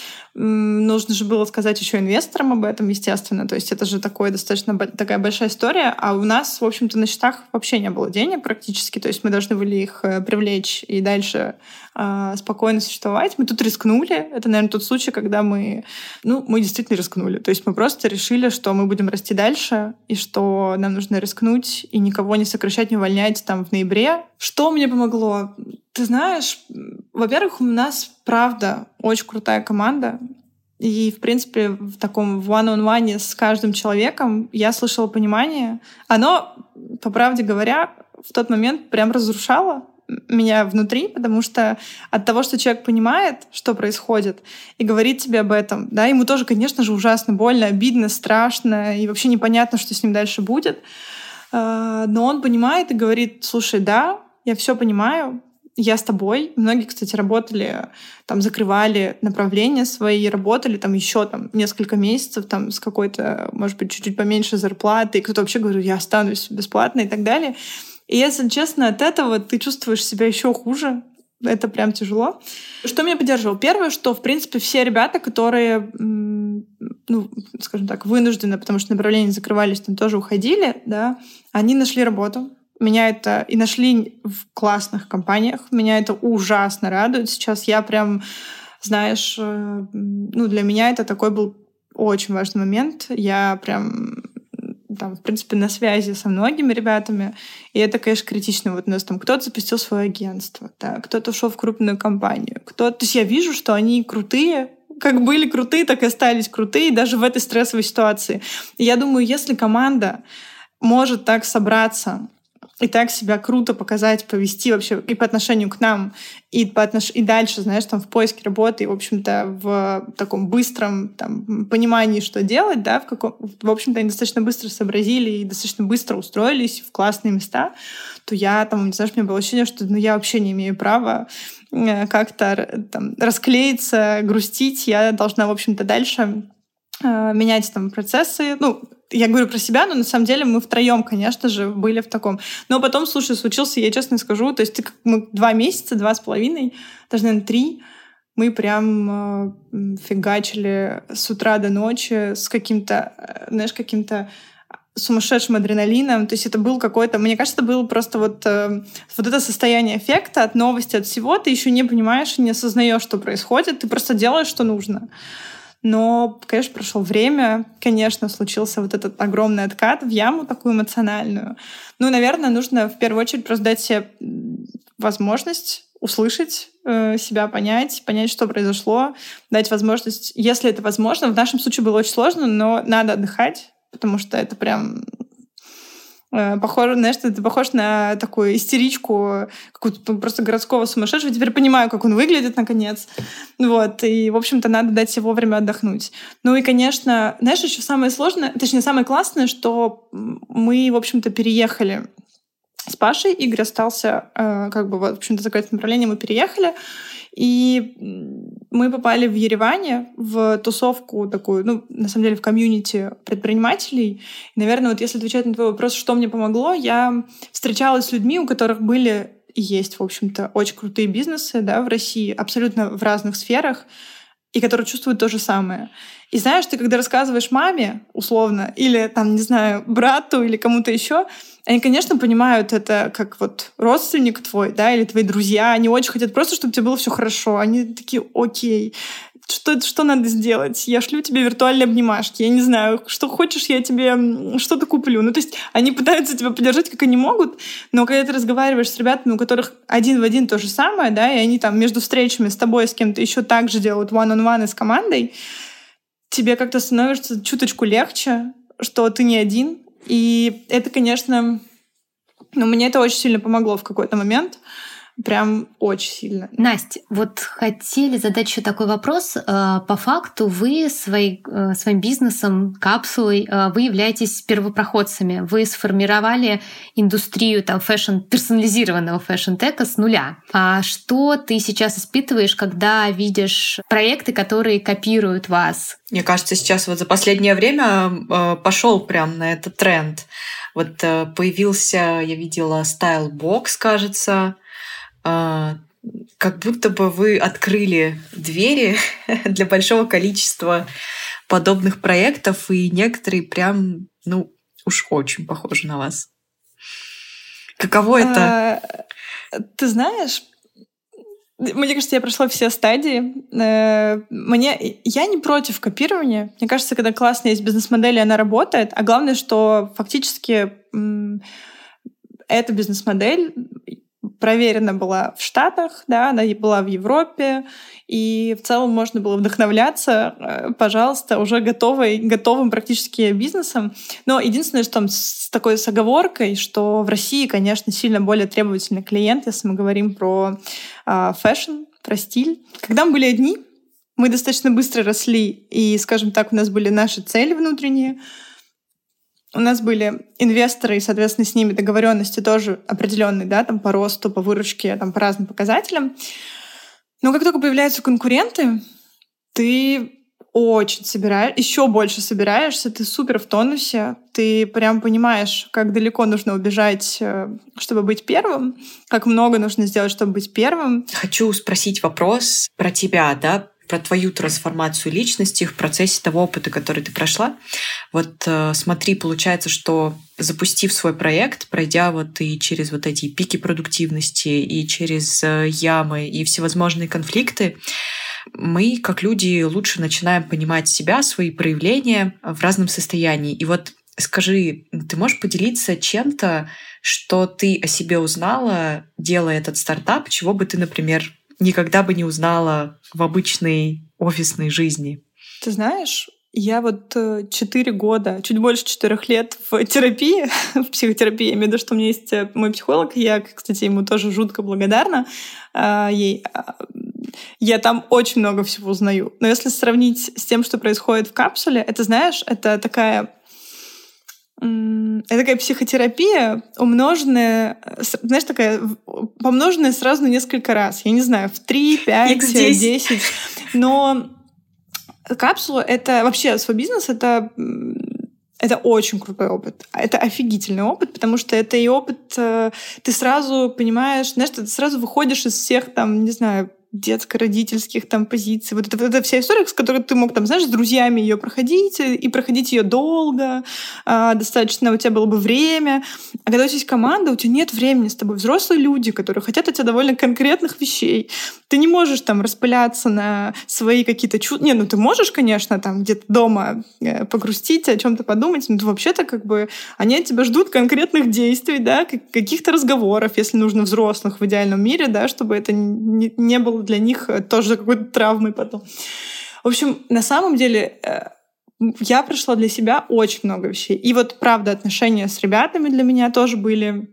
Speaker 1: Нужно же было сказать еще инвесторам об этом, естественно. То есть это же такое, достаточно такая большая история. А у нас, в общем-то, на счетах вообще не было денег практически. То есть мы должны были их привлечь и дальше э, спокойно существовать. Мы тут рискнули. Это, наверное, тот случай, когда мы... Ну, мы действительно рискнули. То есть мы просто решили, что мы будем расти дальше, и что нам нужно рискнуть и никого не сокращать, не увольнять там в ноябре. Что мне помогло? Ты знаешь, во-первых, у нас, правда, очень крутая команда. И, в принципе, в таком one-on-one с каждым человеком я слышала понимание. Оно, по правде говоря, в тот момент прям разрушало меня внутри, потому что от того, что человек понимает, что происходит, и говорит тебе об этом, да, ему тоже, конечно же, ужасно больно, обидно, страшно, и вообще непонятно, что с ним дальше будет. Но он понимает и говорит: слушай, да, я все понимаю, я с тобой. Многие, кстати, работали, там, закрывали направления свои, работали там еще там, несколько месяцев там, с какой-то, может быть, чуть-чуть поменьше зарплаты. И кто-то вообще говорит: я останусь бесплатно и так далее. И, если честно, от этого ты чувствуешь себя еще хуже. Это прям тяжело. Что меня поддерживало? Первое, что, в принципе, все ребята, которые, ну, скажем так, вынуждены, потому что направления закрывались, там тоже уходили, да, они нашли работу. Меня это и нашли в классных компаниях. Меня это ужасно радует. Сейчас я прям, знаешь, ну, для меня это такой был очень важный момент. Я прям там, в принципе, на связи со многими ребятами, и это, конечно, критично. Вот у нас там кто-то запустил свое агентство, да, кто-то ушел в крупную компанию, кто-то... То есть я вижу, что они крутые, как были крутые, так и остались крутые, даже в этой стрессовой ситуации. И я думаю, если команда может так собраться и так себя круто показать, повести вообще и по отношению к нам, и, по отнош... и дальше, знаешь, там в поиске работы, и, в общем-то, в таком быстром там, понимании, что делать, да, в, каком... в общем-то, они достаточно быстро сообразили и достаточно быстро устроились в классные места, то я там, знаешь, у меня было ощущение, что ну, я вообще не имею права как-то там, расклеиться, грустить. Я должна, в общем-то, дальше э, менять там процессы, ну, я говорю про себя, но на самом деле мы втроем, конечно же, были в таком. Но потом, слушай, случился, я честно скажу, то есть мы два месяца, два с половиной, даже, наверное, три, мы прям э, фигачили с утра до ночи с каким-то, э, знаешь, каким-то сумасшедшим адреналином. То есть это был какой-то... Мне кажется, это было просто вот, э, вот это состояние эффекта от новости, от всего. Ты еще не понимаешь и не осознаешь, что происходит. Ты просто делаешь, что нужно. Но, конечно, прошло время, конечно, случился вот этот огромный откат в яму такую эмоциональную. Ну, наверное, нужно в первую очередь просто дать себе возможность услышать э, себя, понять, понять, что произошло, дать возможность, если это возможно. В нашем случае было очень сложно, но надо отдыхать, потому что это прям... Похоже, знаешь, ты похож на такую истеричку какую-то просто городского сумасшедшего. Теперь понимаю, как он выглядит, наконец. Вот. И, в общем-то, надо дать себе вовремя отдохнуть. Ну и, конечно, знаешь, еще самое сложное, точнее, самое классное, что мы, в общем-то, переехали с Пашей. Игорь остался, как бы, в общем-то, закрыть направление. Мы переехали. И мы попали в Ереване в тусовку такую, ну, на самом деле, в комьюнити предпринимателей. И, наверное, вот если отвечать на твой вопрос, что мне помогло, я встречалась с людьми, у которых были и есть, в общем-то, очень крутые бизнесы, да, в России, абсолютно в разных сферах, и которые чувствуют то же самое. И знаешь, ты когда рассказываешь маме, условно, или, там, не знаю, брату или кому-то еще, они, конечно, понимают это как вот родственник твой, да, или твои друзья. Они очень хотят просто, чтобы тебе было все хорошо. Они такие, окей, что, что надо сделать? Я шлю тебе виртуальные обнимашки. Я не знаю, что хочешь, я тебе что-то куплю. Ну, то есть они пытаются тебя поддержать, как они могут, но когда ты разговариваешь с ребятами, у которых один в один то же самое, да, и они там между встречами с тобой, с кем-то еще так же делают one-on-one и с командой, тебе как-то становится чуточку легче, что ты не один. И это, конечно, ну, мне это очень сильно помогло в какой-то момент. Прям очень сильно.
Speaker 2: Настя, вот хотели задать еще такой вопрос. По факту вы своей, своим бизнесом, капсулой, вы являетесь первопроходцами. Вы сформировали индустрию там, фэшн, персонализированного фэшн-тека с нуля. А что ты сейчас испытываешь, когда видишь проекты, которые копируют вас?
Speaker 4: Мне кажется, сейчас вот за последнее время пошел прям на этот тренд. Вот появился, я видела, Stylebox, кажется, как будто бы вы открыли двери для большого количества подобных проектов, и некоторые прям, ну, уж очень похожи на вас. Каково это?
Speaker 1: А, ты знаешь, мне кажется, я прошла все стадии. Мне, я не против копирования. Мне кажется, когда классно есть бизнес-модель, она работает. А главное, что фактически эта бизнес-модель проверена была в Штатах, да, она была в Европе, и в целом можно было вдохновляться, пожалуйста, уже готовой, готовым практически бизнесом. Но единственное, что там с такой с оговоркой, что в России, конечно, сильно более требовательный клиент, если мы говорим про э, фэшн, про стиль. Когда мы были одни, мы достаточно быстро росли, и, скажем так, у нас были наши цели внутренние. У нас были инвесторы, и, соответственно, с ними договоренности тоже определенные, да, там по росту, по выручке, там по разным показателям. Но как только появляются конкуренты, ты очень собираешь, еще больше собираешься, ты супер в тонусе, ты Ты прям понимаешь, как далеко нужно убежать, чтобы быть первым, как много нужно сделать, чтобы быть первым.
Speaker 4: Хочу спросить вопрос про тебя, да, про твою трансформацию личности в процессе того опыта, который ты прошла. Вот э, смотри, получается, что запустив свой проект, пройдя вот и через вот эти пики продуктивности, и через э, ямы, и всевозможные конфликты, мы, как люди, лучше начинаем понимать себя, свои проявления в разном состоянии. И вот скажи, ты можешь поделиться чем-то, что ты о себе узнала, делая этот стартап, чего бы ты, например, никогда бы не узнала в обычной офисной жизни?
Speaker 1: Ты знаешь, я вот четыре года, чуть больше четырех лет в терапии, в психотерапии, я имею в виду, что у меня есть мой психолог, я, кстати, ему тоже жутко благодарна ей. Я там очень много всего узнаю. Но если сравнить с тем, что происходит в капсуле, это, знаешь, это такая... Это такая психотерапия, умноженная, знаешь, такая помноженная сразу на несколько раз. Я не знаю, в три, пять, десять. Но капсула — это вообще свой бизнес, это, это очень крутой опыт. Это офигительный опыт, потому что это и опыт, ты сразу понимаешь, знаешь, ты сразу выходишь из всех там, не знаю, детско-родительских там позиций. Вот это, вот эта вся история, с которой ты мог там, знаешь, с друзьями ее проходить, и проходить ее долго, э, достаточно у тебя было бы время. А когда у тебя есть команда, у тебя нет времени, с тобой взрослые люди, которые хотят от тебя довольно конкретных вещей. Ты не можешь там распыляться на свои какие-то чувства. Не, ну ты можешь, конечно, там где-то дома э, погрустить, о чем-то подумать, но вообще-то как бы они от тебя ждут конкретных действий, да, каких-то разговоров, если нужно, взрослых в идеальном мире, да, чтобы это не, не было для них тоже какой-то травмой потом. В общем, на самом деле я прошла для себя очень много вещей. И вот, правда, отношения с ребятами для меня тоже были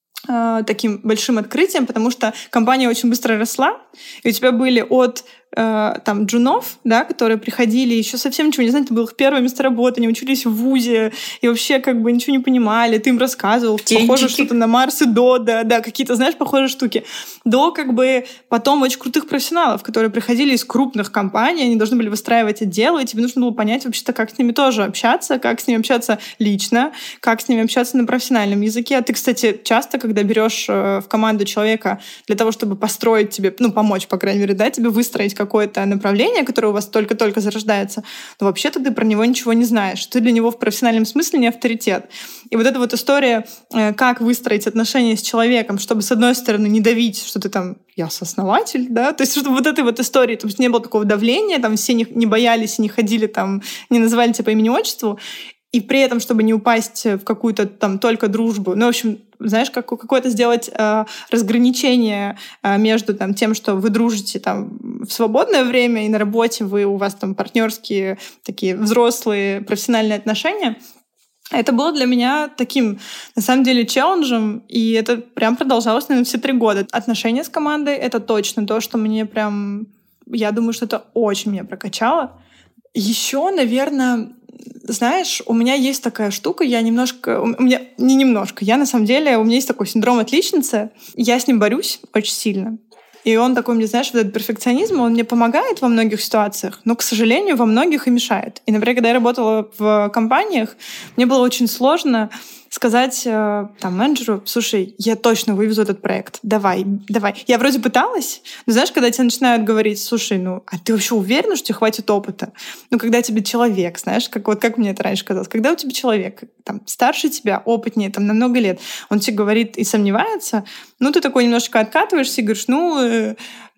Speaker 1: э, таким большим открытием, потому что компания очень быстро росла, и у тебя были от э, там джунов, да, которые приходили, еще совсем ничего не знали, это было их первое место работы, они учились в вузе, и вообще как бы ничего не понимали, ты им рассказывал,
Speaker 4: Тентики. Похоже
Speaker 1: что-то на Марс и Дода, да, какие-то, знаешь, похожие штуки. До как бы потом очень крутых профессионалов, которые приходили из крупных компаний, они должны были выстраивать отделы, и тебе нужно было понять вообще-то, как с ними тоже общаться, как с ними общаться лично, как с ними общаться на профессиональном языке. А ты, кстати, часто, когда берешь в команду человека для того, чтобы построить тебе, ну, помочь, по крайней мере, да, тебе выстроить какое-то направление, которое у вас только-только зарождается, но вообще-то ты про него ничего не знаешь. Ты для него в профессиональном смысле не авторитет. И вот эта вот история, как выстроить отношения с человеком, чтобы, с одной стороны, не давить, что ты там «я сооснователь», да, то есть чтобы вот этой вот истории, то есть не было такого давления, там все не, не боялись, не ходили там, не называли тебя по имени-отчеству, и при этом, чтобы не упасть в какую-то там только дружбу. Ну, в общем, знаешь, как, какое-то сделать э, разграничение э, между там, тем, что вы дружите там, в свободное время, и на работе вы, у вас там партнерские, такие взрослые, профессиональные отношения. Это было для меня таким, на самом деле, челленджем, и это прям продолжалось, наверное, все три года. Отношения с командой — это точно то, что мне прям... Я думаю, что это очень меня прокачало. Еще, наверное... Знаешь, у меня есть такая штука, я немножко... У меня не немножко, я на самом деле... У меня есть такой синдром отличницы, я с ним борюсь очень сильно. И он такой мне, знаешь, вот этот перфекционизм, он мне помогает во многих ситуациях, но, к сожалению, во многих и мешает. И, например, когда я работала в компаниях, мне было очень сложно сказать там менеджеру: слушай, я точно вывезу этот проект, давай, давай. Я вроде пыталась, но знаешь, когда тебе начинают говорить: слушай, ну, а ты вообще уверена, что тебе хватит опыта? Ну, когда тебе человек, знаешь, как, вот как мне это раньше казалось, когда у тебя человек там, старше тебя, опытнее, там, на много лет, он тебе говорит и сомневается, ну, ты такой немножечко откатываешься и говоришь: ну, э,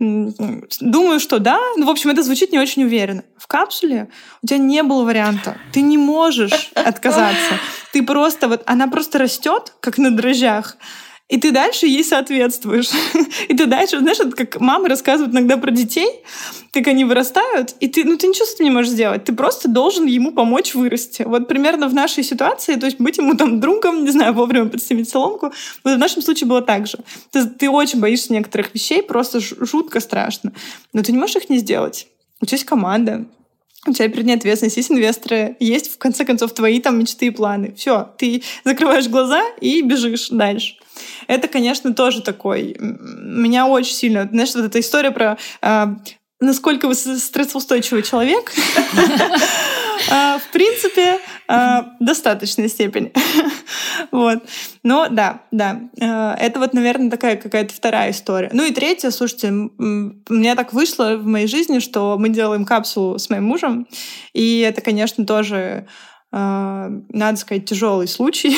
Speaker 1: думаю, что да, ну, в общем, это звучит не очень уверенно. В капсуле у тебя не было варианта, ты не можешь отказаться, ты просто вот, она просто растет, как на дрожжах, и ты дальше ей соответствуешь. И ты дальше, знаешь, это как мамы рассказывают иногда про детей, как они вырастают, и ты, ну, ты ничего с этим не можешь сделать. Ты просто должен ему помочь вырасти. Вот примерно в нашей ситуации, то есть быть ему там другом, не знаю, вовремя подстелить соломку, вот в нашем случае было так же. Ты, ты очень боишься некоторых вещей, просто жутко страшно. Но ты не можешь их не сделать. У тебя есть команда, у тебя перед ней ответственность, есть инвесторы, есть, в конце концов, твои там мечты и планы. Все, ты закрываешь глаза и бежишь дальше. Это, конечно, тоже такой... Меня очень сильно... Знаешь, вот эта история про... Э, насколько вы стрессоустойчивый человек. В принципе, в достаточной степени. Вот. Но да, да. Это вот, наверное, такая какая-то вторая история. Ну и третья, слушайте, у меня так вышло в моей жизни, что мы делаем капсулу с моим мужем, и это, конечно, тоже, надо сказать, тяжелый случай.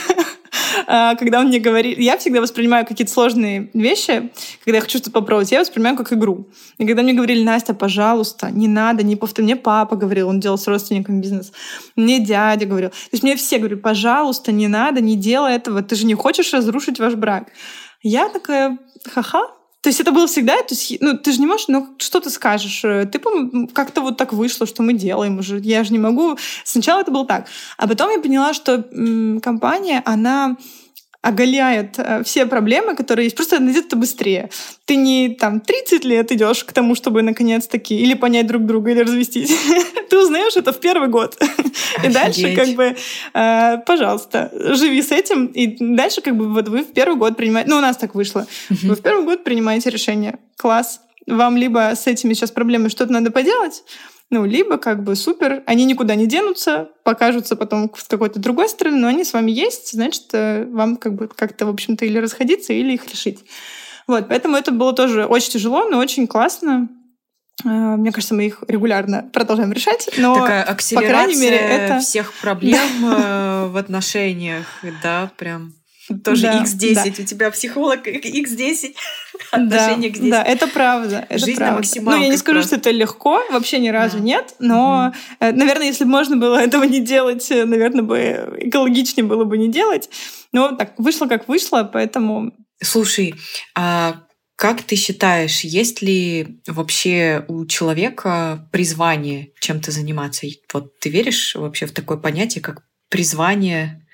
Speaker 1: Когда он мне говорит... Я всегда воспринимаю какие-то сложные вещи, когда я хочу что-то попробовать, я воспринимаю как игру. И когда мне говорили: Настя, пожалуйста, не надо, не повторяй. Мне папа говорил, он делал с родственниками бизнес. Мне дядя говорил. То есть мне все говорят: пожалуйста, не надо, не делай этого. Ты же не хочешь разрушить ваш брак. Я такая: ха-ха. То есть это было всегда, то есть, ну, ты же не можешь, ну, что ты скажешь? Ты, как-то вот так вышло, что мы делаем уже. Я же не могу. Сначала это было так. А потом я поняла, что м, компания, она оголяет все проблемы, которые есть. Просто найдет это быстрее. Ты не там тридцать лет идешь к тому, чтобы наконец-таки или понять друг друга, или развестись. Ты узнаешь это в первый год. И дальше как бы, пожалуйста, живи с этим. И дальше как бы вот вы в первый год принимаете... Ну, у нас так вышло. Вы в первый год принимаете решение. Класс. Вам либо с этими сейчас проблемами что-то надо поделать, ну, либо как бы супер, они никуда не денутся, покажутся потом с какой-то другой стороны, но они с вами есть, значит, вам как бы как-то, в общем-то, или расходиться, или их решить. Вот, поэтому это было тоже очень тяжело, но очень классно. Мне кажется, мы их регулярно продолжаем решать, но,
Speaker 4: такая акселерация,
Speaker 1: по крайней мере, это...
Speaker 4: всех проблем да. в отношениях, да, прям... Тоже
Speaker 1: да,
Speaker 4: икс десять.
Speaker 1: Да.
Speaker 4: У тебя психолог икс десять. Отношение
Speaker 1: да,
Speaker 4: к десять.
Speaker 1: Да, это правда. Это
Speaker 4: Жизнь
Speaker 1: правда.
Speaker 4: максималка.
Speaker 1: Ну, я не скажу,
Speaker 4: просто.
Speaker 1: что это легко. Вообще ни разу да. нет. Но,
Speaker 4: mm-hmm.
Speaker 1: наверное, если бы можно было этого не делать, наверное, бы экологичнее было бы не делать. Но так вышло, как вышло, поэтому...
Speaker 4: Слушай, а как ты считаешь, есть ли вообще у человека призвание чем-то заниматься? Вот ты веришь вообще в такое понятие, как призвание...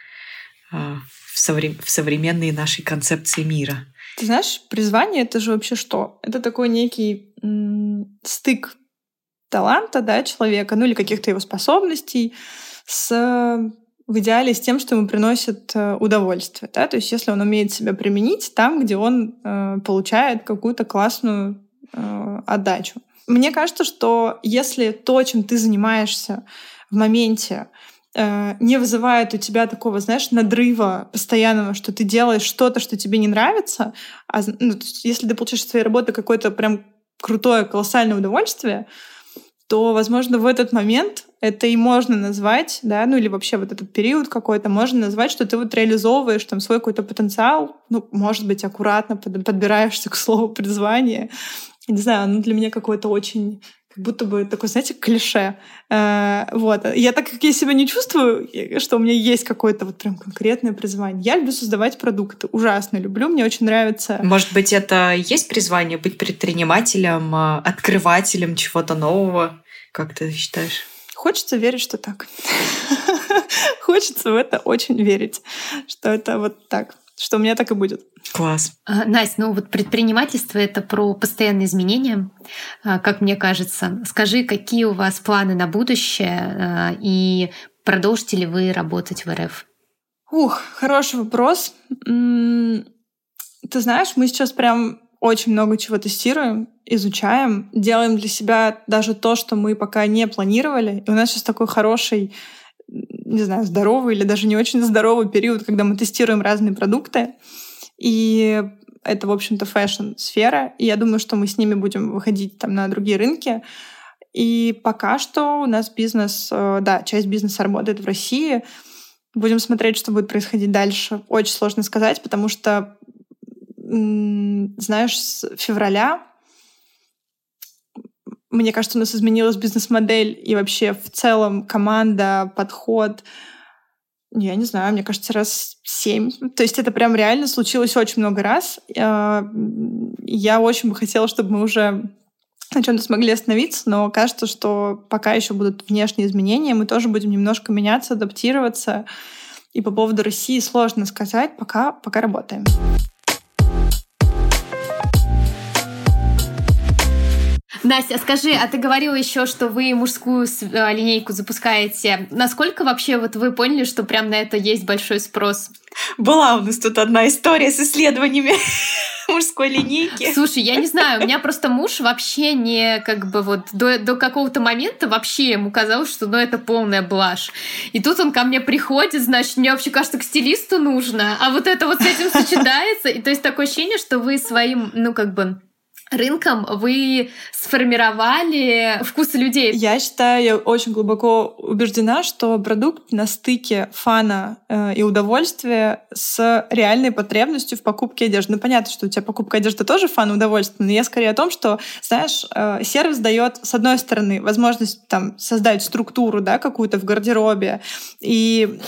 Speaker 4: В, совре- в современной нашей концепции мира?
Speaker 1: Ты знаешь, призвание — это же вообще что? Это такой некий м- стык таланта, да, человека, ну или каких-то его способностей с, в идеале, с тем, что ему приносит удовольствие. Да? То есть если он умеет себя применить там, где он э, получает какую-то классную э, отдачу. Мне кажется, что если то, чем ты занимаешься в моменте, не вызывает у тебя такого, знаешь, надрыва постоянного, что ты делаешь что-то, что тебе не нравится, а ну, если ты получаешь от своей работы какое-то прям крутое, колоссальное удовольствие, то, возможно, в этот момент это и можно назвать, да, ну или вообще вот этот период какой-то можно назвать, что ты вот реализовываешь там свой какой-то потенциал, ну, может быть, аккуратно подбираешься к слову призвание. Я не знаю, оно для меня какое-то очень... как будто бы такое, знаете, клише. Вот. Я так как я себя не чувствую, что у меня есть какое-то вот прям конкретное призвание. Я люблю создавать продукты. Ужасно люблю. Мне очень нравится...
Speaker 4: Может быть, это есть призвание быть предпринимателем, открывателем чего-то нового? Как ты считаешь?
Speaker 1: Хочется верить, что так. Хочется в это очень верить, что это вот так. Что у меня так и будет.
Speaker 4: Класс.
Speaker 2: Настя, ну вот предпринимательство — это про постоянные изменения, как мне кажется. Скажи, какие у вас планы на будущее и продолжите ли вы работать в эр эф?
Speaker 1: Ух, хороший вопрос. Ты знаешь, мы сейчас прям очень много чего тестируем, изучаем, делаем для себя даже то, что мы пока не планировали. И у нас сейчас такой хороший, не знаю, здоровый или даже не очень здоровый период, когда мы тестируем разные продукты. И это, в общем-то, фэшн-сфера. И я думаю, что мы с ними будем выходить там на другие рынки. И пока что у нас бизнес, да, часть бизнеса работает в России. Будем смотреть, что будет происходить дальше. Очень сложно сказать, потому что, знаешь, с февраля, мне кажется, у нас изменилась бизнес-модель и вообще в целом команда, подход. Я не знаю, мне кажется, раз семь. То есть это прям реально случилось очень много раз. Я очень бы хотела, чтобы мы уже на чем-то смогли остановиться, но кажется, что пока еще будут внешние изменения, мы тоже будем немножко меняться, адаптироваться. И по поводу России сложно сказать, пока, пока работаем.
Speaker 2: Настя, скажи, а ты говорила еще, что вы мужскую линейку запускаете. Насколько вообще вот вы поняли, что прям на это есть большой спрос?
Speaker 4: Была у нас тут одна история с исследованиями мужской линейки.
Speaker 2: Слушай, я не знаю, у меня просто муж вообще не как бы вот до, до какого-то момента вообще ему казалось, что ну это полная блажь. И тут он ко мне приходит, значит, мне вообще кажется, к стилисту нужно, а вот это вот с этим сочетается. И то есть такое ощущение, что вы своим, ну как бы, рынком вы сформировали вкусы людей.
Speaker 1: Я считаю, я очень глубоко убеждена, что продукт на стыке фана э, и удовольствия с реальной потребностью в покупке одежды. Ну, понятно, что у тебя покупка одежды тоже фан и удовольствие, но я скорее о том, что, знаешь, э, сервис дает, с одной стороны, возможность там, создать структуру, да, какую-то в гардеробе, и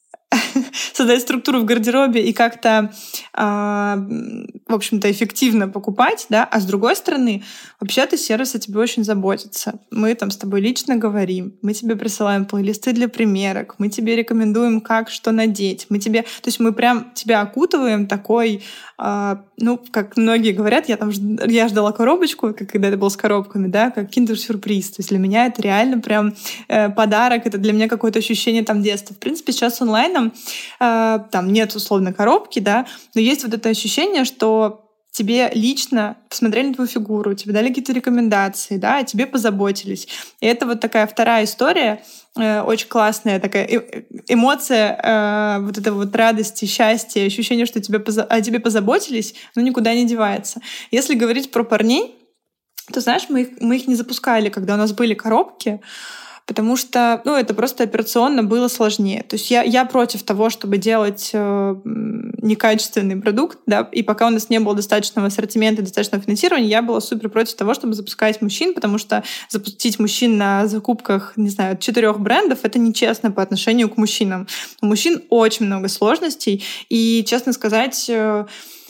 Speaker 1: создать структуру в гардеробе и как-то, э, в общем-то, эффективно покупать, да, а с другой стороны, вообще-то сервис о тебе очень заботится. Мы там с тобой лично говорим, мы тебе присылаем плейлисты для примерок, мы тебе рекомендуем, как что надеть, мы тебе, то есть мы прям тебя окутываем такой, э, ну, как многие говорят, я там я ждала коробочку, как когда это было с коробками, да, как киндер-сюрприз. То есть для меня это реально прям э, подарок, это для меня какое-то ощущение там детства. В принципе, сейчас онлайном э, там нет условно коробки, да, но есть вот это ощущение, что тебе лично посмотрели на твою фигуру, тебе дали какие-то рекомендации, да, о тебе позаботились. И это вот такая вторая история, э, очень классная такая э- эмоция э, вот этого вот радости, счастья, ощущение, что тебе поза- о тебе позаботились, ну, никуда не девается. Если говорить про парней, то, знаешь, мы их, мы их не запускали, когда у нас были коробки, потому что, ну, это просто операционно было сложнее. То есть я, я против того, чтобы делать э, некачественный продукт, да, и пока у нас не было достаточного ассортимента, достаточного финансирования, я была супер против того, чтобы запускать мужчин, потому что запустить мужчин на закупках, не знаю, четырех брендов — это нечестно по отношению к мужчинам. У мужчин очень много сложностей, и, честно сказать, э,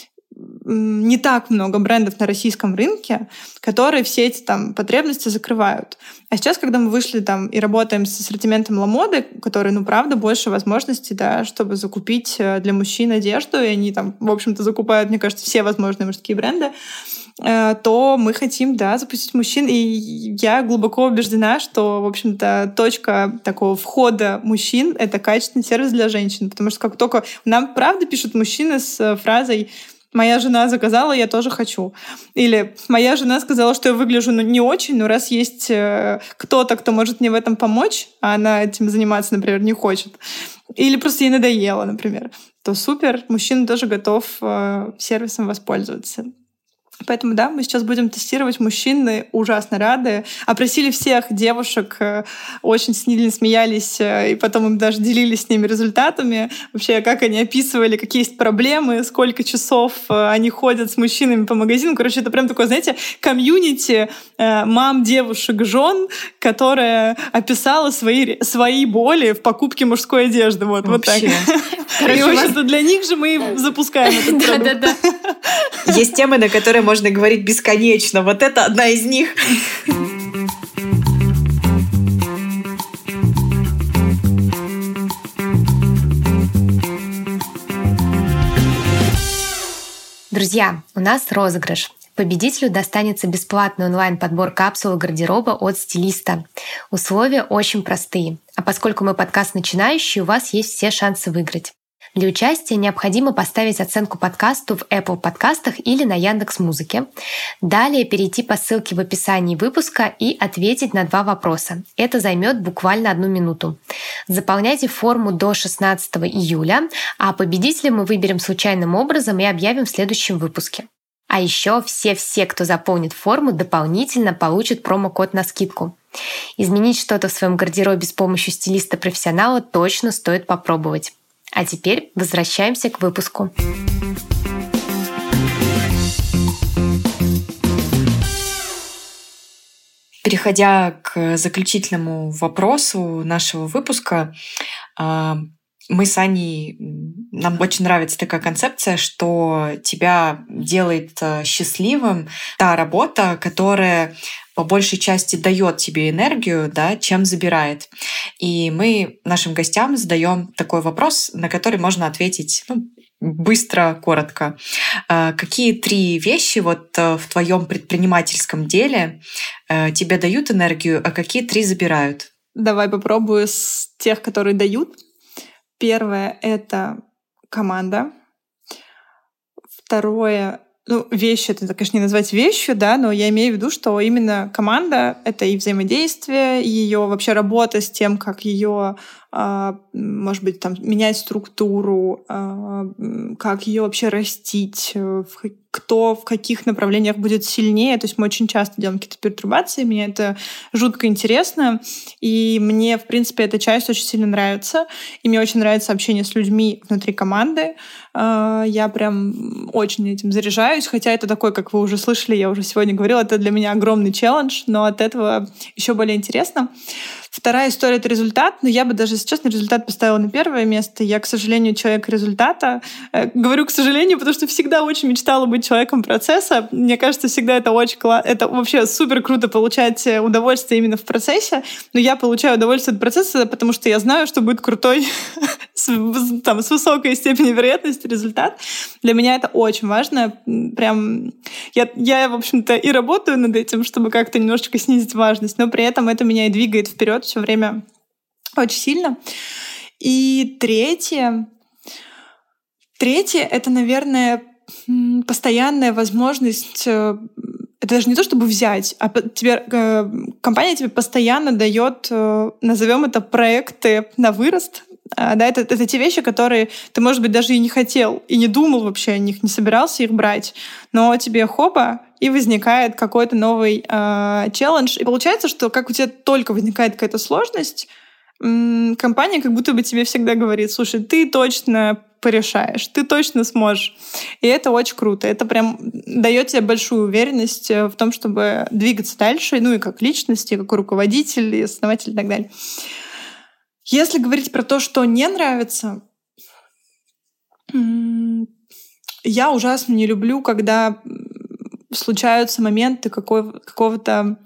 Speaker 1: не так много брендов на российском рынке, которые все эти там потребности закрывают. А сейчас, когда мы вышли там и работаем с ассортиментом Ламоды, который, ну, правда, больше возможностей, да, чтобы закупить для мужчин одежду, и они там, в общем-то, закупают, мне кажется, все возможные мужские бренды, то мы хотим, да, запустить мужчин. И я глубоко убеждена, что, в общем-то, точка такого входа мужчин — это качественный сервис для женщин. Потому что как только нам, правда, пишут мужчины с фразой «моя жена заказала, я тоже хочу». Или «моя жена сказала, что я выгляжу ну, не очень, но раз есть э, кто-то, кто может мне в этом помочь, а она этим заниматься, например, не хочет». Или просто ей надоело, например. То супер, мужчина тоже готов э, сервисом воспользоваться. Поэтому, да, мы сейчас будем тестировать. Мужчины ужасно рады. Опросили всех девушек, очень с ними смеялись, и потом им даже делились с ними результатами. Вообще, как они описывали, какие есть проблемы, сколько часов они ходят с мужчинами по магазинам. Короче, это прям такое, знаете, комьюнити мам, девушек, жен, которая описала свои, свои боли в покупке мужской одежды. Вот, вот так. Короче, и, в общем-то, для них же мы запускаем этот продукт.
Speaker 4: Да-да-да. Есть темы, на которые можно говорить бесконечно. Вот это одна из них.
Speaker 2: Друзья, у нас розыгрыш. Победителю достанется бесплатный онлайн-подбор капсулы гардероба от стилиста. Условия очень простые. А поскольку мы подкаст начинающий, у вас есть все шансы выиграть. Для участия необходимо поставить оценку подкасту в Apple подкастах или на Яндекс.Музыке. Далее перейти по ссылке в описании выпуска и ответить на два вопроса. Это займет буквально одну минуту. Заполняйте форму до шестнадцатого июля, а победителя мы выберем случайным образом и объявим в следующем выпуске. А еще все-все, кто заполнит форму, дополнительно получат промокод на скидку. Изменить что-то в своем гардеробе с помощью стилиста-профессионала точно стоит попробовать. А теперь возвращаемся к выпуску.
Speaker 4: Переходя к заключительному вопросу нашего выпуска, мы с Аней, нам очень нравится такая концепция, что тебя делает счастливым та работа, которая по большей части дает тебе энергию, да, чем забирает. И мы нашим гостям задаем такой вопрос, на который можно ответить ну, быстро, коротко. Какие три вещи вот в твоем предпринимательском деле э, тебе дают энергию, а какие три забирают?
Speaker 1: Давай попробую с тех, которые дают. Первое — это команда. Второе, ну, вещи, это, конечно, не назвать вещью, да, но я имею в виду, что именно команда — это и взаимодействие, и ее вообще работа с тем, как ее, может быть, там, менять структуру, как ее вообще растить, кто в каких направлениях будет сильнее. То есть мы очень часто делаем какие-то пертурбации, мне это жутко интересно, и мне, в принципе, эта часть очень сильно нравится, и мне очень нравится общение с людьми внутри команды. Я прям очень этим заряжаюсь, хотя это такой, как вы уже слышали, я уже сегодня говорила, это для меня огромный челлендж, но от этого еще более интересно. Вторая история — это результат, но я бы даже, если честно, результат поставила на первое место. Я, к сожалению, человек результата. Говорю «к сожалению», потому что всегда очень мечтала быть человеком процесса. Мне кажется, всегда это очень классно. Это вообще супер круто получать удовольствие именно в процессе, но я получаю удовольствие от процесса, потому что я знаю, что будет крутой с, там, с высокой степенью вероятности результат. Для меня это очень важно. Прям я, я, в общем-то, и работаю над этим, чтобы как-то немножечко снизить важность, но при этом это меня и двигает вперед все время очень сильно. И третье, третье — это, наверное, постоянная возможность, это даже не то чтобы взять, а тебе, компания тебе постоянно дает, назовем это, проекты на вырост. Да, это, это те вещи, которые ты, может быть, даже и не хотел, и не думал вообще о них, не собирался их брать, но тебе хоба, и возникает какой-то новый э, челлендж. И получается, что как у тебя только возникает какая-то сложность, м- компания как будто бы тебе всегда говорит: слушай, ты точно порешаешь, ты точно сможешь. И это очень круто. Это прям дает тебе большую уверенность в том, чтобы двигаться дальше, ну и как личность, и как руководитель, и основатель, и так далее. Если говорить про то, что не нравится, я ужасно не люблю, когда случаются моменты какого- какого-то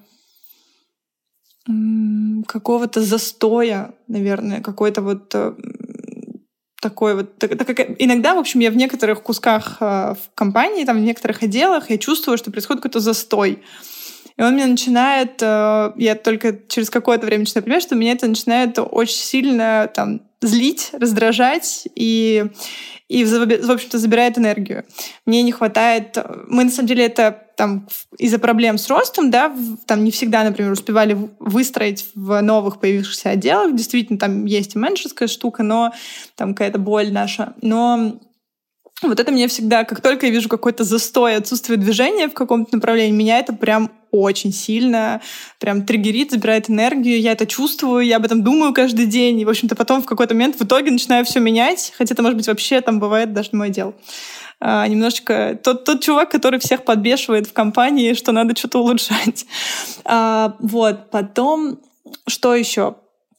Speaker 1: какого-то застоя, наверное, какой-то вот такой вот... Так, так как иногда, в общем, я в некоторых кусках в компании, там, в некоторых отделах, я чувствую, что происходит какой-то застой. И он меня начинает, я только через какое-то время начинаю понимать, что меня это начинает очень сильно там злить, раздражать и, и, в общем-то, забирает энергию. Мне не хватает... Мы, на самом деле, это там из-за проблем с ростом, да, там не всегда, например, успевали выстроить в новых появившихся отделах. Действительно, там есть и менеджерская штука, но там какая-то боль наша. Но вот это мне всегда, как только я вижу какой-то застой, отсутствие движения в каком-то направлении, меня это прям очень сильно прям триггерит, забирает энергию. Я это чувствую, я об этом думаю каждый день. И, в общем-то, потом в какой-то момент в итоге начинаю все менять, хотя это, может быть, вообще там бывает даже не мое дело. А, немножечко тот, тот чувак, который всех подбешивает в компании, что надо что-то улучшать. А, вот. Потом, что еще?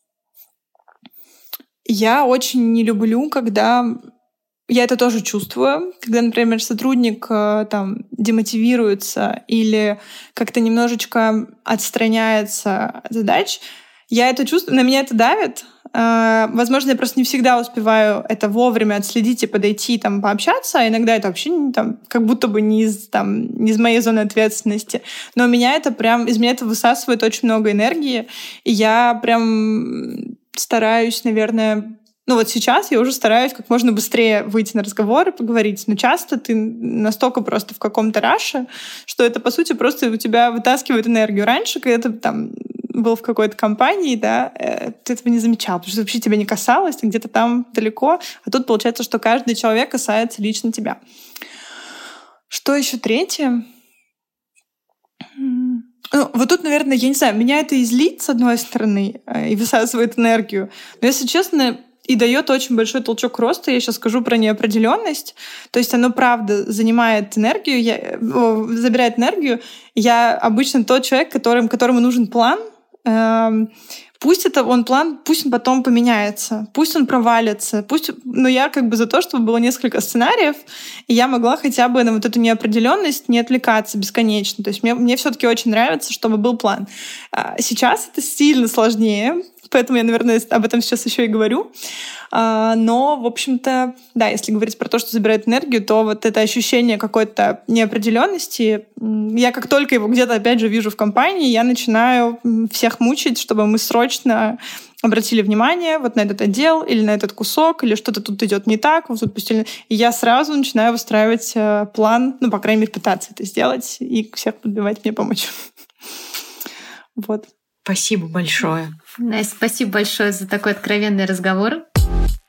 Speaker 1: Я очень не люблю, когда... Я это тоже чувствую, когда, например, сотрудник там демотивируется или как-то немножечко отстраняется от задач. Я это чувствую, на меня это давит. Возможно, я просто не всегда успеваю это вовремя отследить и подойти, там, пообщаться, а иногда это вообще там, как будто бы не из, там, не из моей зоны ответственности. Но меня это прям, из меня это высасывает очень много энергии, и я прям стараюсь, наверное... Ну вот сейчас я уже стараюсь как можно быстрее выйти на разговор и поговорить. Но часто ты настолько просто в каком-то раше, что это, по сути, просто у тебя вытаскивает энергию. Раньше, когда ты там был в какой-то компании, да, ты этого не замечал, потому что вообще тебя не касалось, ты где-то там далеко. А тут получается, что каждый человек касается лично тебя. Что еще третье? Ну, вот тут, наверное, я не знаю, меня это и злит, с одной стороны, и высасывает энергию. Но, если честно, и дает очень большой толчок роста. Я сейчас скажу про неопределенность. То есть оно, правда, занимает энергию, я, о, забирает энергию. Я обычно тот человек, которым, которому нужен план. Эм, пусть это он план, пусть он потом поменяется, пусть он провалится. Пусть, но я как бы за то, чтобы было несколько сценариев, и я могла хотя бы на вот эту неопределенность не отвлекаться бесконечно. То есть мне, мне все-таки очень нравится, чтобы был план. Сейчас это сильно сложнее, Поэтому я, наверное, об этом сейчас еще и говорю. Но, в общем-то, да, если говорить про то, что забирает энергию, то вот это ощущение какой-то неопределенности, я как только его где-то, опять же, вижу в компании, я начинаю всех мучить, чтобы мы срочно обратили внимание вот на этот отдел или на этот кусок, или что-то тут идет не так, вот тут пустили. И я сразу начинаю выстраивать план, ну, по крайней мере, пытаться это сделать и всех подбивать мне помочь. Вот.
Speaker 4: Спасибо большое.
Speaker 2: Настя, спасибо большое за такой откровенный разговор.